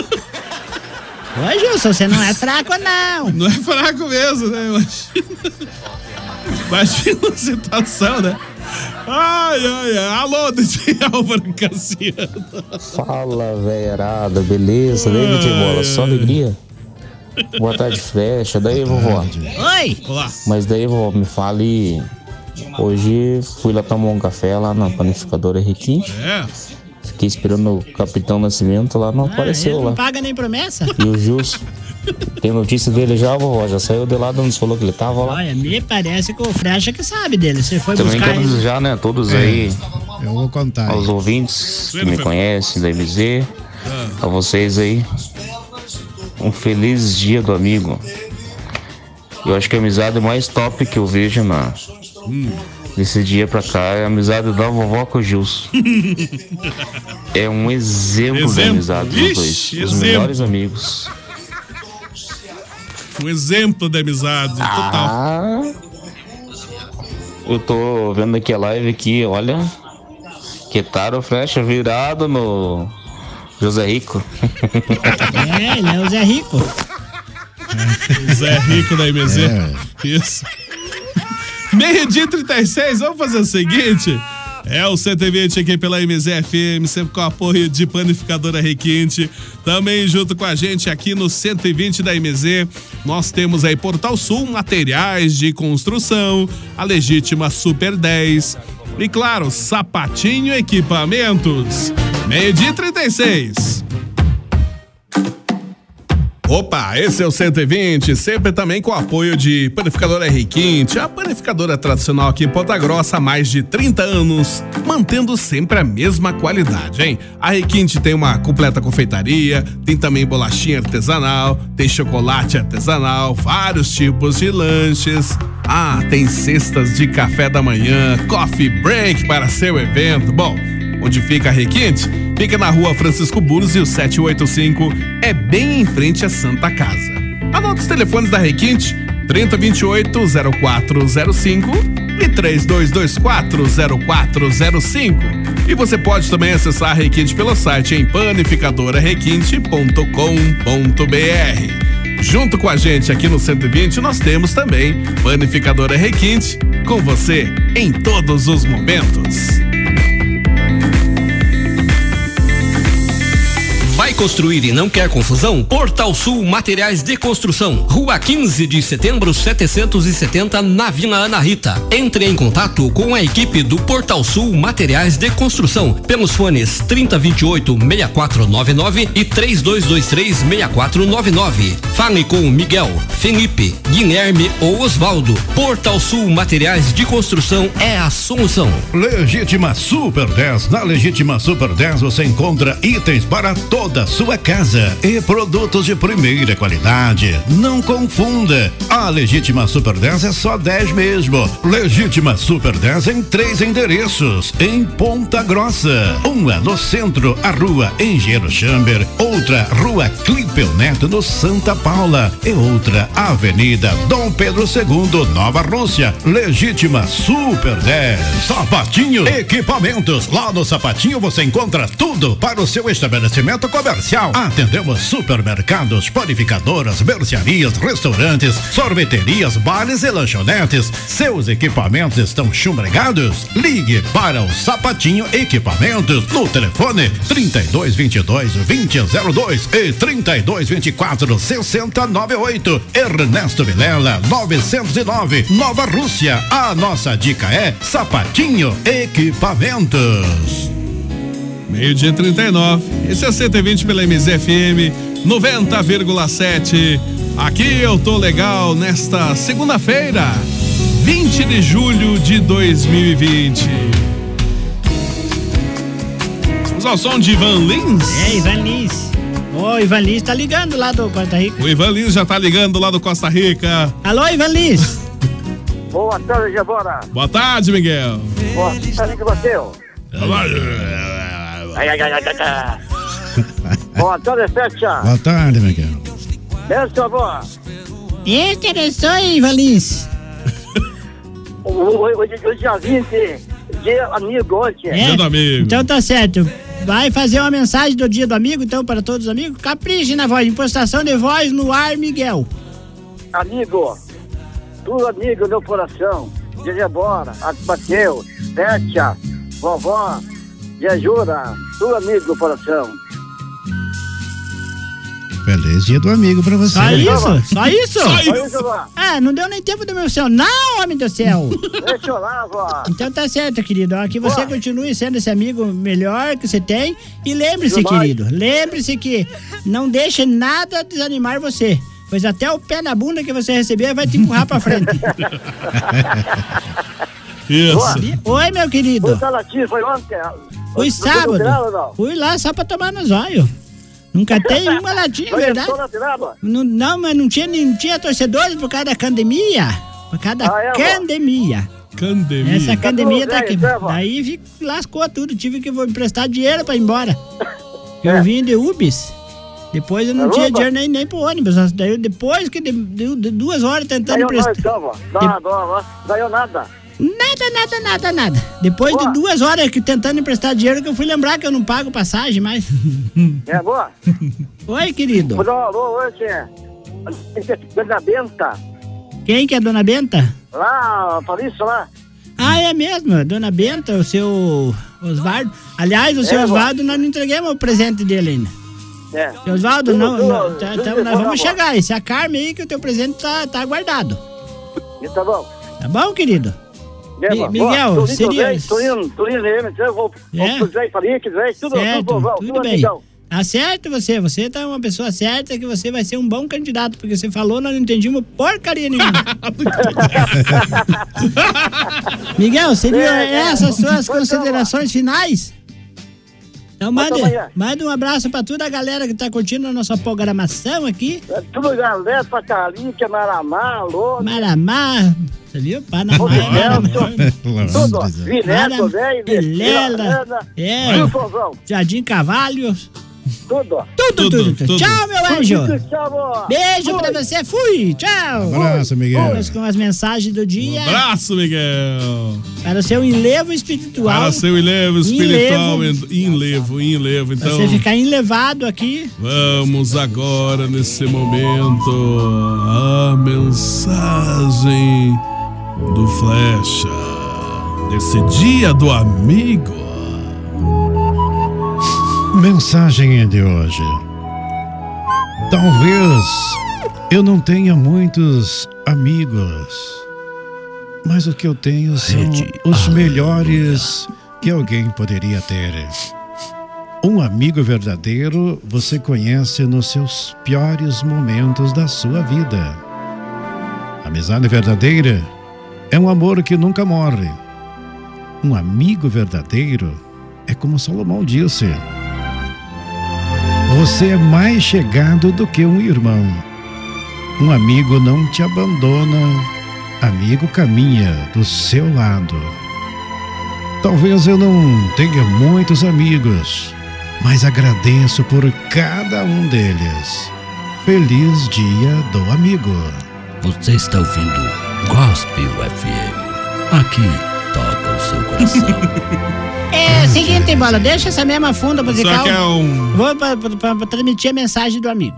Ô, Gilson, você não é fraco, não. Não é fraco mesmo, né? Imagina. Imagina a situação, né? Ai, ai, ai. Alô, D J Álvaro Cassiano. Fala, velharada, beleza? Daí, D J Bola, só alegria? Boa tarde, Frecha. Daí, vovó? Oi! Olá. Mas daí, vovó, me fale. Hoje fui lá tomar um café lá na panificadora Requinte. É. Fiquei esperando o Capitão Nascimento lá, não Ah, apareceu ele lá. não paga nem promessa. E o Gilson? Tem notícia dele já, vovó? Já saiu de lá de onde falou que ele tava lá? Olha, me parece que o Frecha que sabe dele. Você foi Também buscar quero ele. desejar, né, todos É, aí, eu vou contar. aos aí. ouvintes que me conhecem da M Z, a vocês aí, um feliz dia do amigo. Eu acho que a amizade mais top que eu vejo na, hum. desse dia pra cá é a amizade da vovó com o Gilson. É um exemplo, exemplo. de amizade dos Ixi, dois, os exemplo. melhores amigos. Um exemplo de amizade total. Ah, eu tô vendo aqui a live aqui, olha. Que tal o Frecha virado no José Rico. É, ele é o Zé Rico. Zé Rico da M Z. É. Isso. Meio-dia trinta e seis, vamos fazer o seguinte. É o cento e vinte aqui pela M Z F M, sempre com apoio de Panificadora Requinte. Também junto com a gente aqui no cento e vinte da M Z, nós temos aí Portal Sul, materiais de construção, a legítima Super dez e, claro, Sapatinho Equipamentos. Meio-dia trinta e seis. Opa, esse é o cento e vinte, sempre também com o apoio de Panificadora Requinte, a panificadora tradicional aqui em Ponta Grossa há mais de trinta anos, mantendo sempre a mesma qualidade, hein? A Requinte tem uma completa confeitaria, tem também bolachinha artesanal, tem chocolate artesanal, vários tipos de lanches. Ah, tem cestas de café da manhã, coffee break para seu evento. Bom, onde fica a Requinte? Fica na rua Francisco Búzios, setecentos e oitenta e cinco, é bem em frente à Santa Casa. Anota os telefones da Requinte, trinta, vinte e oito, zero quatro zero cinco e trinta e dois vinte e quatro, zero quatro zero cinco. E você pode também acessar a Requinte pelo site em panificadora requinte ponto com ponto b r. Junto com a gente aqui no cento e vinte, nós temos também Panificadora Requinte, com você em todos os momentos. Vai construir e não quer confusão? Portal Sul Materiais de Construção, Rua quinze de Setembro, setecentos e setenta, na Vila Ana Rita. Entre em contato com a equipe do Portal Sul Materiais de Construção pelos fones trinta, vinte e oito, sessenta e quatro noventa e nove e trinta e dois vinte e três, sessenta e quatro noventa e nove. Fale com Miguel, Felipe, Guilherme ou Osvaldo. Portal Sul Materiais de Construção é a solução. Legítima Super dez. Na Legítima Super dez você encontra itens para toda a sua casa e produtos de primeira qualidade. Não confunda. A Legítima Super dez é só dez mesmo. Legítima Super dez em três endereços em Ponta Grossa. Uma no centro, a rua Engenheiro Chamber. Outra, rua Clipeu Neto, no Santa Paula. E outra, Avenida Dom Pedro segundo, Nova Rússia. Legítima Super dez. Sapatinho Equipamentos. Lá no Sapatinho você encontra tudo para o seu estabelecimento comercial. comercial. Atendemos supermercados, panificadoras, mercearias, restaurantes, sorveterias, bares e lanchonetes. Seus equipamentos estão chumbregados? Ligue para o Sapatinho Equipamentos no telefone trinta e dois, vinte e dois, vinte zero dois e trinta e dois, vinte e quatro, sessenta, noventa e oito. Ernesto Vilela, novecentos e nove, Nova Rússia. A nossa dica é Sapatinho Equipamentos. Meio-dia trinta e nove. Esse é cento e vinte pela M Z F M noventa vírgula sete. Aqui eu tô legal nesta segunda-feira, vinte de julho de dois mil e vinte. Vamos ao som de Ivan Lins. É, Ivan Lins. Ô, Ivan Lins tá ligando lá do Costa Rica. O Ivan Lins já tá ligando lá do Costa Rica. Alô, Ivan Lins. Boa tarde, Gebora. Boa tarde, Miguel. Boa tarde que você. Ai, ai, ai, ai, ai. Boa tarde, Fétia. Boa tarde, Miguel. Essa, avó. Interessou, Ivan Lins. Hoje é dia vinte, dia amigo ontem. É? Dia do amigo. Então tá certo. Vai fazer uma mensagem do dia do amigo, então, para todos os amigos? Capriche na voz, impostação de voz no ar, Miguel. Amigo, tu amigo do coração, de Gebora, Bateu, Fétia, vovó, Jejura, tu amigo do coração. Feliz dia do amigo pra você. Só isso? Só isso? Só isso, vó. Ah, não deu nem tempo do meu céu. Não, homem do céu. Deixa eu lá, vó. Então tá certo, querido. Ó, que você Vó. continue sendo esse amigo melhor que você tem. E lembre-se, Tudo querido, lembre-se que não deixe nada desanimar você. Pois até o pé na bunda que você receber vai te empurrar pra frente. Isso. Oi, meu querido. Foi Salatinho, foi ontem. Fui Você deu sábado. grau, não? Fui lá só pra tomar no zóio. Nunca tem uma latinha, Foi verdade? só na tirada? Não, não, mas não tinha, não tinha torcedores por causa da pandemia. Por causa da Ah, é, vó? pandemia. Pandemia. Essa pandemia tá aqui. bem, né, vó? Daí vi- lascou tudo. Tive que vou emprestar dinheiro pra ir embora. Eu É. vim de Ubis. Depois eu não Aruba? tinha dinheiro nem, nem pro ônibus. Daí eu- depois que de, de- de duas horas tentando Ganhou nós, emprestar. então, vó. Nada, vó. Ganhou nada. Nada, nada, nada, nada. Depois Boa. de duas horas que tentando emprestar dinheiro que eu fui lembrar que eu não pago passagem mais. É, boa? Oi, querido. Alô, alô, hoje é. Dona Benta. Quem que é a Dona Benta? Lá, Fabrício, lá. Ah, é mesmo, a Dona Benta, o seu Osvaldo. Aliás, o seu É, vó. Osvaldo, nós não entregamos o presente dele ainda. É. Seu Osvaldo, Tudo, não, tudo, não, tá- tudo tá- de nós boa, vamos vó. chegar. Esse acarme aí que o teu presente tá, tá guardado. E tá bom. Tá bom, querido? É, Mi- vó. Miguel, Vó, seria- Tô indo, tô indo, eu vou. É? Vou fazer, falei que vai, tudo, Certo, tudo, vó, tudo bem. amigão. Tá certo você, você tá uma pessoa certa que você vai ser um bom candidato, porque você falou, nós não entendimos porcaria nenhuma. Miguel, seria É, é. essas suas Pois não, considerações finais? Então Até mande, amanhã. mande um abraço pra toda a galera que tá curtindo a nossa programação aqui. É tudo galera, pra Carlinhos, que é Maramá, alô. Maramá, você viu? Panamá, Ô, Maramá. Tudo, ó. Vineto, Mara- velho, Vilela, é, Tudo, povão. Jardim Cavalhos, Tudo. tudo, tudo, Tudo, tudo. tudo. Tchau, meu anjo. Tchau, vó. Beijo pra você, fui, tchau. Abraço, Miguel. Vamos com as mensagens do dia Abraço, Miguel. para o seu enlevo espiritual. Para seu enlevo espiritual, Enlevo. enlevo, enlevo. Pra Então, você ficar enlevado aqui. vamos agora, nesse momento, a mensagem do Flecha. Desse dia do amigo. Mensagem de hoje. Talvez eu não tenha muitos amigos, mas o que eu tenho são os melhores que alguém poderia ter. Um amigo verdadeiro você conhece nos seus piores momentos da sua vida. Amizade verdadeira é um amor que nunca morre. Um amigo verdadeiro é como Salomão disse: você é mais chegado do que um irmão. Um amigo não te abandona, amigo caminha do seu lado. Talvez eu não tenha muitos amigos, mas agradeço por cada um deles. Feliz dia do amigo. Você está ouvindo Gospel F M. Aqui toca o seu coração. É o seguinte, Bola, deixa essa mesma funda musical. Só que é um... Vou pra, pra, pra transmitir a mensagem do amigo.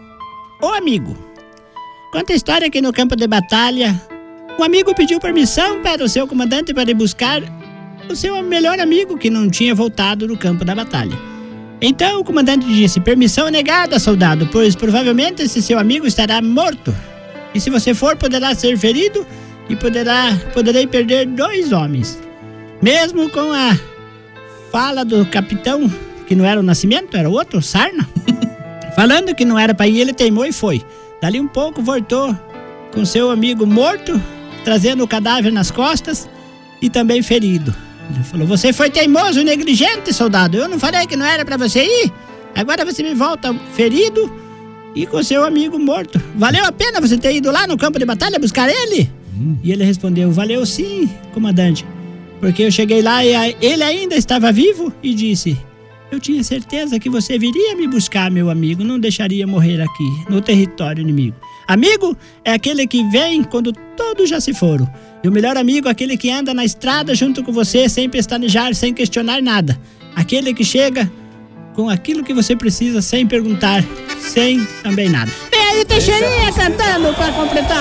Ô amigo, conta a história que no campo de batalha, um amigo pediu permissão para o seu comandante para ir buscar o seu melhor amigo que não tinha voltado do campo da batalha. Então o comandante disse: permissão negada, soldado, pois provavelmente esse seu amigo estará morto. E se você for, poderá ser ferido e poderá, poderei perder dois homens. Mesmo com a fala do capitão, que não era o Nascimento, era o outro, o Sarna, falando que não era para ir, ele teimou e foi. Dali um pouco voltou com seu amigo morto, trazendo o cadáver nas costas e também ferido. Ele falou: você foi teimoso e negligente, soldado. Eu não falei que não era para você ir? Agora você me volta ferido e com seu amigo morto. Valeu a pena você ter ido lá no campo de batalha buscar ele? Hum. E ele respondeu: valeu sim, comandante. Porque eu cheguei lá e ele ainda estava vivo e disse: eu tinha certeza que você viria me buscar, meu amigo. Não deixaria morrer aqui, no território inimigo. Amigo é aquele que vem quando todos já se foram. E o melhor amigo é aquele que anda na estrada junto com você, sem pestanejar, sem questionar nada. Aquele que chega com aquilo que você precisa, sem perguntar, sem também nada. Vem aí, Teixeirinha cantando pra completar.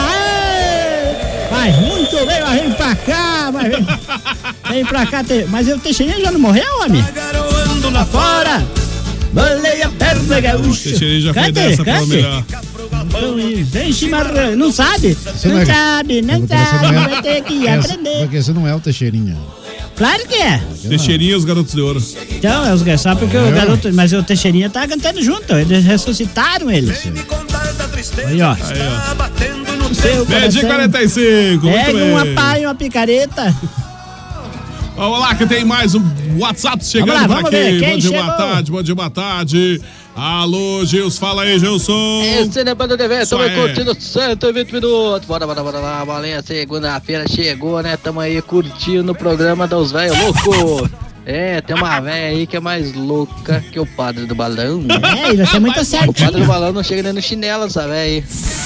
Aê! Vai, muito bem, mas vem pra cá, mas vem, vem pra cá. Te... Mas o Teixeirinha já não morreu, homem? Ando lá fora, bolei a perna gaúcha. Teixeirinha já foi dessa pra melhor. Vem chimarrão, não sabe? Você não, não é... sabe, não sabe, não é... vai ter que Essa, aprender. porque você não é o Teixeirinha. Claro que é. Teixeirinha e os Garotos de Ouro. Então, é os só porque é. o garoto, mas o Teixeirinha tá cantando junto, eles ressuscitaram eles. Aí, ó. Aí, ó. Meio-dia quarenta e cinco, pega uma pá e uma picareta. Vamos lá, que tem mais um WhatsApp chegando vamos lá, por vamos aqui. Ver, quem bom dia, chegou? boa tarde, bom dia, boa tarde. Alô, Gilson, fala aí, Gilson. Esse é Banda T V, estamos curtindo cento e vinte minutos. Bora, bora, bora lá, bolinha, segunda-feira chegou, né? Tamo aí curtindo o programa dos velhos loucos. É, tem uma velha aí que é mais louca que o padre do balão. É, você é muito certinho. O padre do balão não chega nem no chinelo, essa velha aí.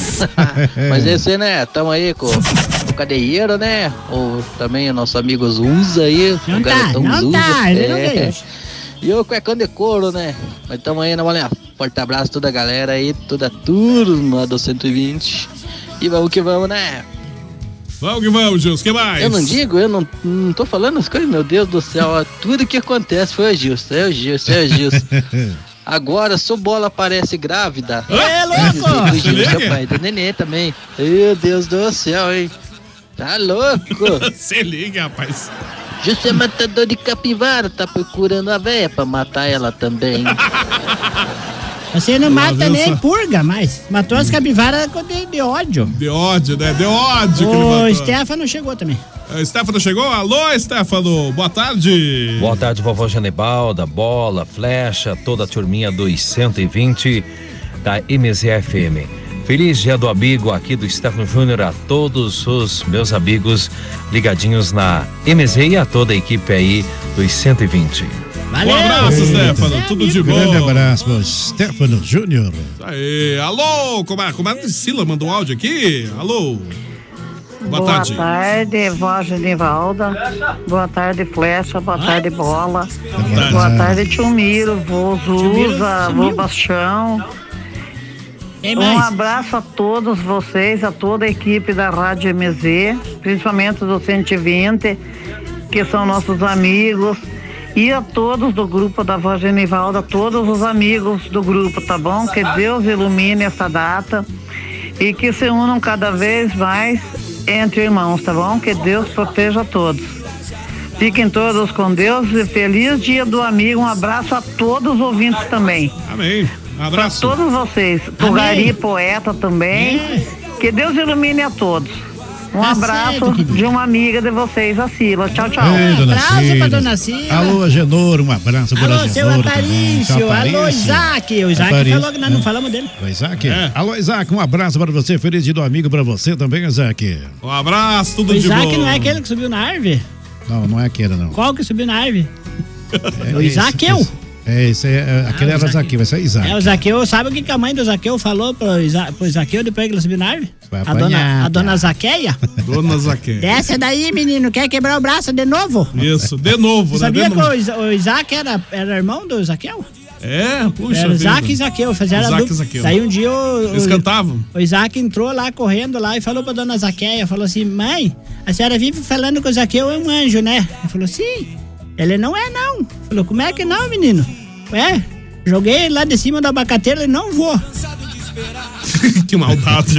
Mas esse, né? Tamo aí com o cadeieiro, né? Ou também o nosso amigo Zuza aí. Não o tá, garotão não Zuza. tá, ele não é. veio. E o cuecão de couro, né? Mas tamo aí, né, bolinha? Forte abraço a toda a galera aí, toda a turma do cento e vinte. E vamos que vamos, né? Vamos que vamos, Gilson, que mais? Eu não digo, eu não, não tô falando as coisas, meu Deus do céu. Ó, tudo que acontece foi o Gilson, é o Gilson, é o Gilson. Agora, se o Bola aparece grávida. É louco! O Gilson é pai do nenê também. Meu Deus do céu, hein? Tá louco? Se liga, rapaz. Gilson é matador de capivara, tá procurando a véia pra matar ela também. Você não mata nem purga, mas matou as capivaras de, de ódio. De ódio, né? De ódio que ele matou. O matou. Stefano chegou também. O Stefano chegou? Alô, Stefano, boa tarde. Boa tarde, vovó Genebalda, Bola, Flecha, toda a turminha dos cento e vinte da M Z F M. Feliz dia do amigo aqui do Stefano Júnior a todos os meus amigos ligadinhos na M Z e a toda a equipe aí dos cento e vinte. Valeu. Um abraço, Stefano, tudo de bom. Grande abraço pro Stefano Júnior. Isso aí, alô, comadre, comadre Sila mandou um áudio aqui, alô. Boa, boa tarde. Boa tarde, vó Genivalda. Boa tarde, Flecha. Boa tarde, Bola. Boa tarde, boa tarde Tio Miro, vô Zuza, vô Bastião. Um abraço a todos vocês, a toda a equipe da Rádio M Z, principalmente do cento e vinte, que são nossos amigos. E a todos do grupo da Vó Genivalda, todos os amigos do grupo, tá bom? Que Deus ilumine essa data e que se unam cada vez mais entre irmãos, tá bom? Que Deus proteja todos. Fiquem todos com Deus e feliz dia do amigo. Um abraço a todos os ouvintes também. Amém. Um abraço. Pra todos vocês. Pro Gari, poeta também. É. Que Deus ilumine a todos. Um tá abraço certo, de uma amiga de vocês, a Sila. Tchau, tchau. Ei, um abraço Cida. Pra dona Sila. Alô, Agenor, um abraço para Alô, seu Aparício. Alô, Isaac. O Isaac Aparício. Falou que nós não falamos dele. O Isaac? É. Alô, Isaac, um abraço para você. Feliz dia do amigo para você também, Isaac. Um abraço, tudo o de bom. O Isaac não é aquele que subiu na árvore? Não, não é aquele, não. Qual que subiu na árvore? É o Isaac, eu. É, esse é, aquele ah, era o Zaqueu, esse é Isaac. É, o Zaqueu, sabe o que a mãe do Zaqueu falou pro, Isa, pro Zaqueu depois que ele subiu na árvore? A dona, a dona Zaqueia? Dona Zaqueia. Desce daí, menino, quer quebrar o braço de novo? Isso, de novo, Você né? sabia de que novo. o, Isa, o Isaac era, era irmão do Zaqueu? É, puxa Era Isaac vida. e Zaqueu, fizeram Isaac a dupla. e Zaqueu. Daí um dia o, Eles o, cantavam. o Isaac entrou lá, correndo lá e falou pra dona Zaqueia, falou assim, mãe, a senhora vive falando que o Zaqueu é um anjo, né? Ele falou, sim, ele não é não. Falou, como é que não, menino? Ué, joguei lá de cima do abacateiro e não vou. Que maldade.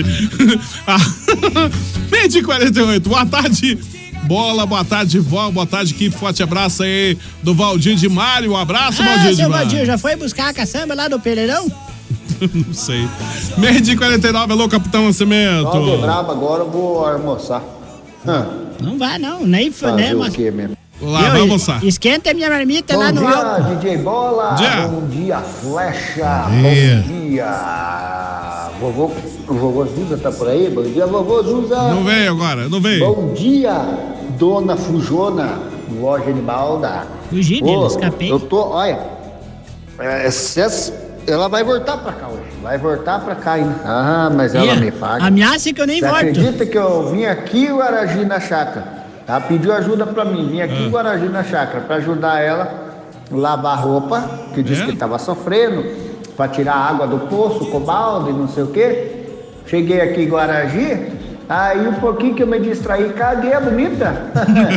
Meio de quarenta e oito, boa tarde. Bola, boa tarde, vó, boa tarde, que forte abraço aí do Valdir de Mário, um abraço, ah, Valdir de seu Mário. Valdir, já foi buscar a caçamba lá do Pereirão? Não sei. Meio de quarenta e nove, alô, Capitão Nascimento. Só de brabo, agora eu vou almoçar. Hã? Não vai não, nem foi, Fazer né, o mas... quê mesmo? Lá, vai almoçar. Esquenta a minha marmita Bom lá no dia, alto. D J Bola. Dia. Bom dia, Flecha. Dia. Bom dia. Vovô, o vovô Zuza tá por aí? Bom dia, vovô Zuza. Não veio agora, não veio. Bom dia, dona Fujona, vó Genibalda. Fugi dele, escapei. Eu tô, olha, é, cês, ela vai voltar pra cá hoje. Vai voltar pra cá ainda. Ah, mas ela Ia, me paga. ameaça que eu nem Você volto. acredita que eu vim aqui o Aragi na chácara? Ela pediu ajuda pra mim, vim aqui o Aragi na chácara pra ajudar ela a lavar roupa, que disse É? que tava sofrendo, pra tirar a água do poço, cobaldo e não sei o quê. Cheguei aqui em Guaragi, aí um pouquinho que eu me distraí, caguei a bonita.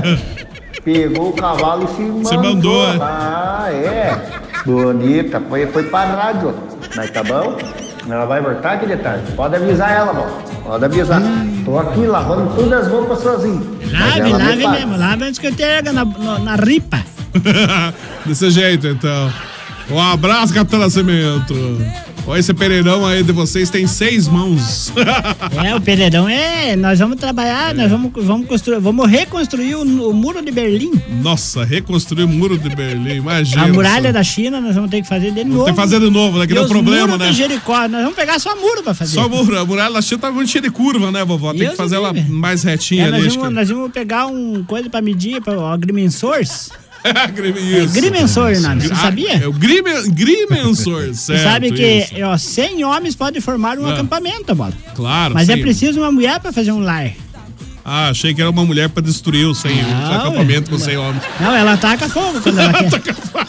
Pegou o cavalo e se mandou. Você mandou, é? Ah, é. Bonita, foi, foi pra rádio. Mas tá bom? Ela vai voltar aqui de tarde. Pode avisar ela, bom. Pode avisar. Tô aqui lavando todas as roupas sozinho. Mas Lave, ela me lave paga. mesmo, lave antes que eu tenha na, na, na ripa. Desse jeito, então. Um abraço, Capitão Nascimento. Olha, esse Pereirão aí de vocês tem seis mãos. É, o Pereirão é. Nós vamos trabalhar, nós vamos, vamos, construir, vamos reconstruir o, o muro de Berlim. Nossa, reconstruir o muro de Berlim, imagina. A muralha só. da China, nós vamos ter que fazer de novo. Tem que fazer de novo, né? Que E deu os problema, muros né? de Jericó, nós vamos pegar só muro pra fazer. Só muro. A muralha da China tá muito cheia de curva, né, vovó? Tem Deus que fazer ela livre. mais retinha É, ali. nós, acho vamos, que- nós vamos pegar um coisa pra medir, pra, o agrimensores. Isso. Grimensor, o nome, você Ah, sabia? É o grimen, Grimensor, Você certo. sabe que isso. ó, cem homens podem formar um Ah. acampamento, bola. Claro, Mas é sim. preciso uma mulher pra fazer um lar. Ah, achei que era uma mulher pra destruir o cem, Não, o acampamento com cem homens. Não, ela taca fogo quando ela quer.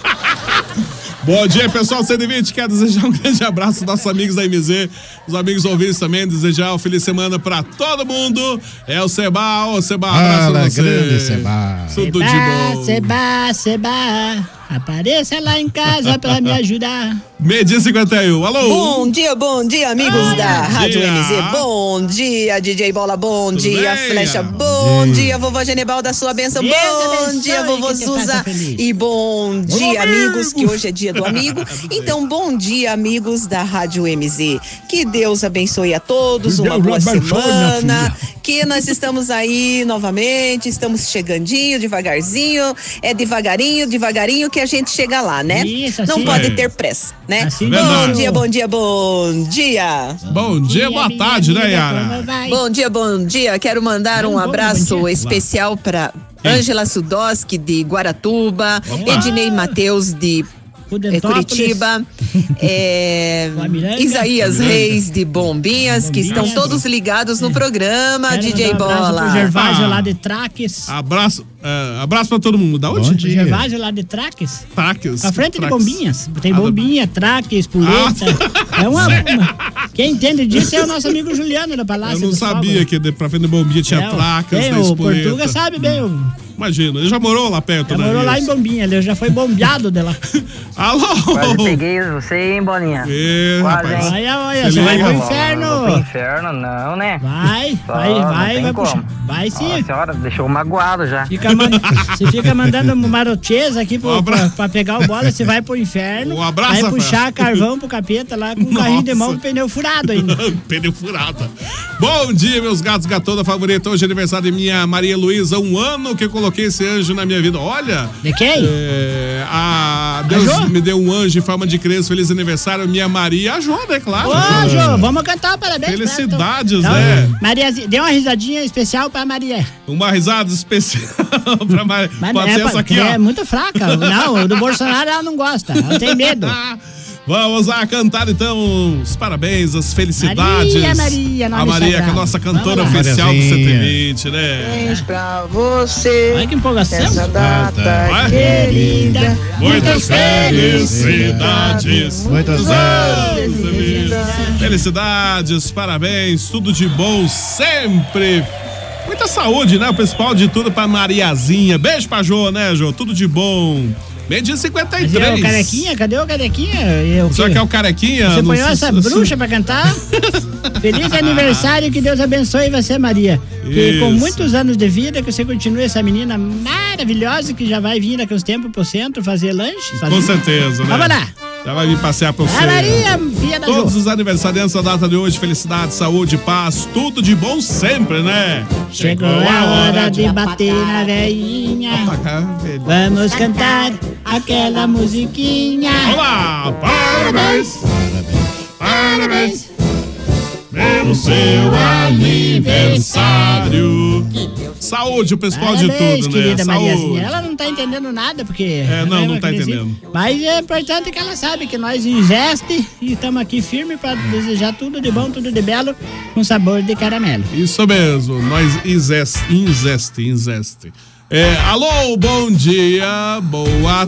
Bom dia, pessoal. cento e vinte, quero desejar um grande abraço aos nossos amigos da M Z, os amigos ouvintes também, desejar uma feliz semana pra todo mundo. É o Seba, ô Seba, abraço Fala, pra você. grande Seba. Tudo de Seba, bom. Seba, Seba, apareça lá em casa pra me ajudar. Meio-dia cinquenta e um, alô? Bom dia, bom dia, amigos Bom da Rádio dia. M Z. Bom dia, D J Bola. Bom Tudo dia, bem? Flecha. Bom dia, vovó Genebal da sua bênção. Deus Bom abençoe, dia, vovô que te faça Zuza. feliz. E bom dia, amigos, que hoje é dia do amigo. Então, bom dia, amigos da Rádio M Z. Que Deus abençoe a todos, Que uma Deus boa abençoe, minha semana. Que nós estamos aí novamente, estamos chegandinho, devagarzinho. É devagarinho, devagarinho que a gente chega lá, né? Isso, Não assim pode é. ter pressa, né? Assim bom mesmo. dia, bom dia, bom dia. Bom dia, boa minha tarde, né, amiga, Yara? como vai? Bom dia, bom dia. Quero mandar Bom, um bom, abraço bom dia. especial para Quem? Ângela Sudoski de Guaratuba, Opa. Ednei Matheus de eh, Rudentópolis. Curitiba, eh, Guamiranga. Isaías Guamiranga. Reis de Bombinhas, que estão Bombinhas. todos ligados no programa, Quero D J mandar um abraço pro Bola. Gervásio Ah. lá de Traques. Abraço, é, abraço pra todo mundo. Da Bom onde? dia. Gervásio lá de Traques. Traques. À frente de Traques. bombinhas. Tem Ah, do- bombinha, traques, puleta. É uma, uma- Quem entende disso é o nosso amigo Juliano da Palácio. Eu não do sabia Fogo. que de- pra frente da bombinha tinha É, o- placas, tem, da o espoleta. Portuga sabe bem. O, Imagina, ele já morou lá perto, já né? morou lá em Isso. Bombinha, ele já foi bombeado de lá. Alô? Quase peguei você, hein, Bolinha? Ê, Quase, rapaz. hein? Olha, olha, Se você vai liga, pro vó. inferno. Não, pro inferno não, né? Vai, Só vai, não vai, tem vai como. puxar. Vai sim. Nossa senhora, deixou magoado já. Fica man- Você fica mandando marotes aqui pro, Um abra- pra, pra pegar o bola, você vai pro inferno. Um abraço, Vai Rafael. puxar carvão pro capeta lá com um carrinho de mão Nossa. com pneu furado ainda. Pneu furado. Bom dia, meus gatos gatona favorita. Hoje é aniversário de minha Maria Luísa, um ano que colocou coloquei esse anjo na minha vida. Olha. De quem? É, a Deus a me deu um anjo em forma de criança. Feliz aniversário, minha Maria. A Jô, né? Claro. Ô, Jô, vamos cantar, parabéns. Felicidades, então, né? Maria, dê uma risadinha especial pra Maria. Uma risada especial pra Maria. Mas Pode é, ser essa aqui, ó. É muito fraca. Não, do Bolsonaro ela não gosta. Ela tem medo. Vamos lá cantar então os parabéns, as felicidades. Maria, Maria, a Maria, que é a nossa cantora oficial do cento e vinte, né? Parabéns pra você. Ai, que empolgação. Essa data ah, querida. Muitas felicidades. Muitos anos de vida. Felicidades, parabéns, tudo de bom sempre. Muita saúde, né? O principal de tudo pra Mariazinha. Beijo pra Jô, né, Jô? Tudo de bom. Meio-dia cinquenta e três. Mas é o Carequinha? Cadê o Carequinha? Eu, Será que é o Carequinha? Você põe Não, essa su, su, bruxa pra cantar? Feliz aniversário, que Deus abençoe você, Maria. Que com muitos anos de vida, que você continue essa menina maravilhosa que já vai vir daqui uns tempos pro centro fazer lanche. Fazer... Com certeza, né? Vamos lá. Já vai vir passear pra você. A Maria, filha da Todos Jô. os aniversariantes da data de hoje, felicidade, saúde, paz, tudo de bom sempre, né? Chegou a hora de bater na velhinha. Vamos cantar aquela musiquinha. Olá, parabéns, parabéns, pelo seu aniversário. Saúde, o pessoal de Parabéns, tudo, querida né? Mariazinha. Saúde. Ela não tá entendendo nada, porque... É, não, não tá entendendo. Mas é importante que ela sabe que nós ingeste e estamos aqui firme para desejar tudo de bom, tudo de belo, com sabor de caramelo. Isso mesmo, nós ingeste, ingeste, ingeste. É, alô, bom dia, boa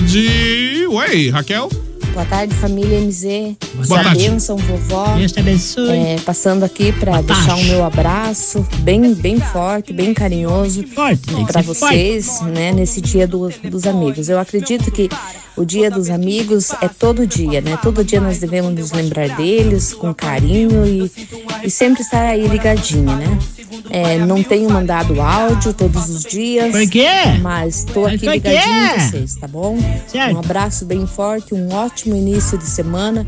tarde. Oi, Raquel? Boa tarde, família M Z. Boa tarde. Bênção, vovó. Deus te abençoe. É, passando aqui para deixar o meu abraço bem, bem forte, bem carinhoso para vocês, forte. né, nesse dia do, dos amigos. Eu acredito que o dia dos amigos é todo dia, né? Todo dia nós devemos nos lembrar deles com carinho e, e sempre estar aí ligadinho, né? É, não tenho mandado áudio todos os dias. Por quê? Mas tô aqui Mas ligadinho em vocês, tá bom? Certo. Um abraço bem forte, um ótimo início de semana,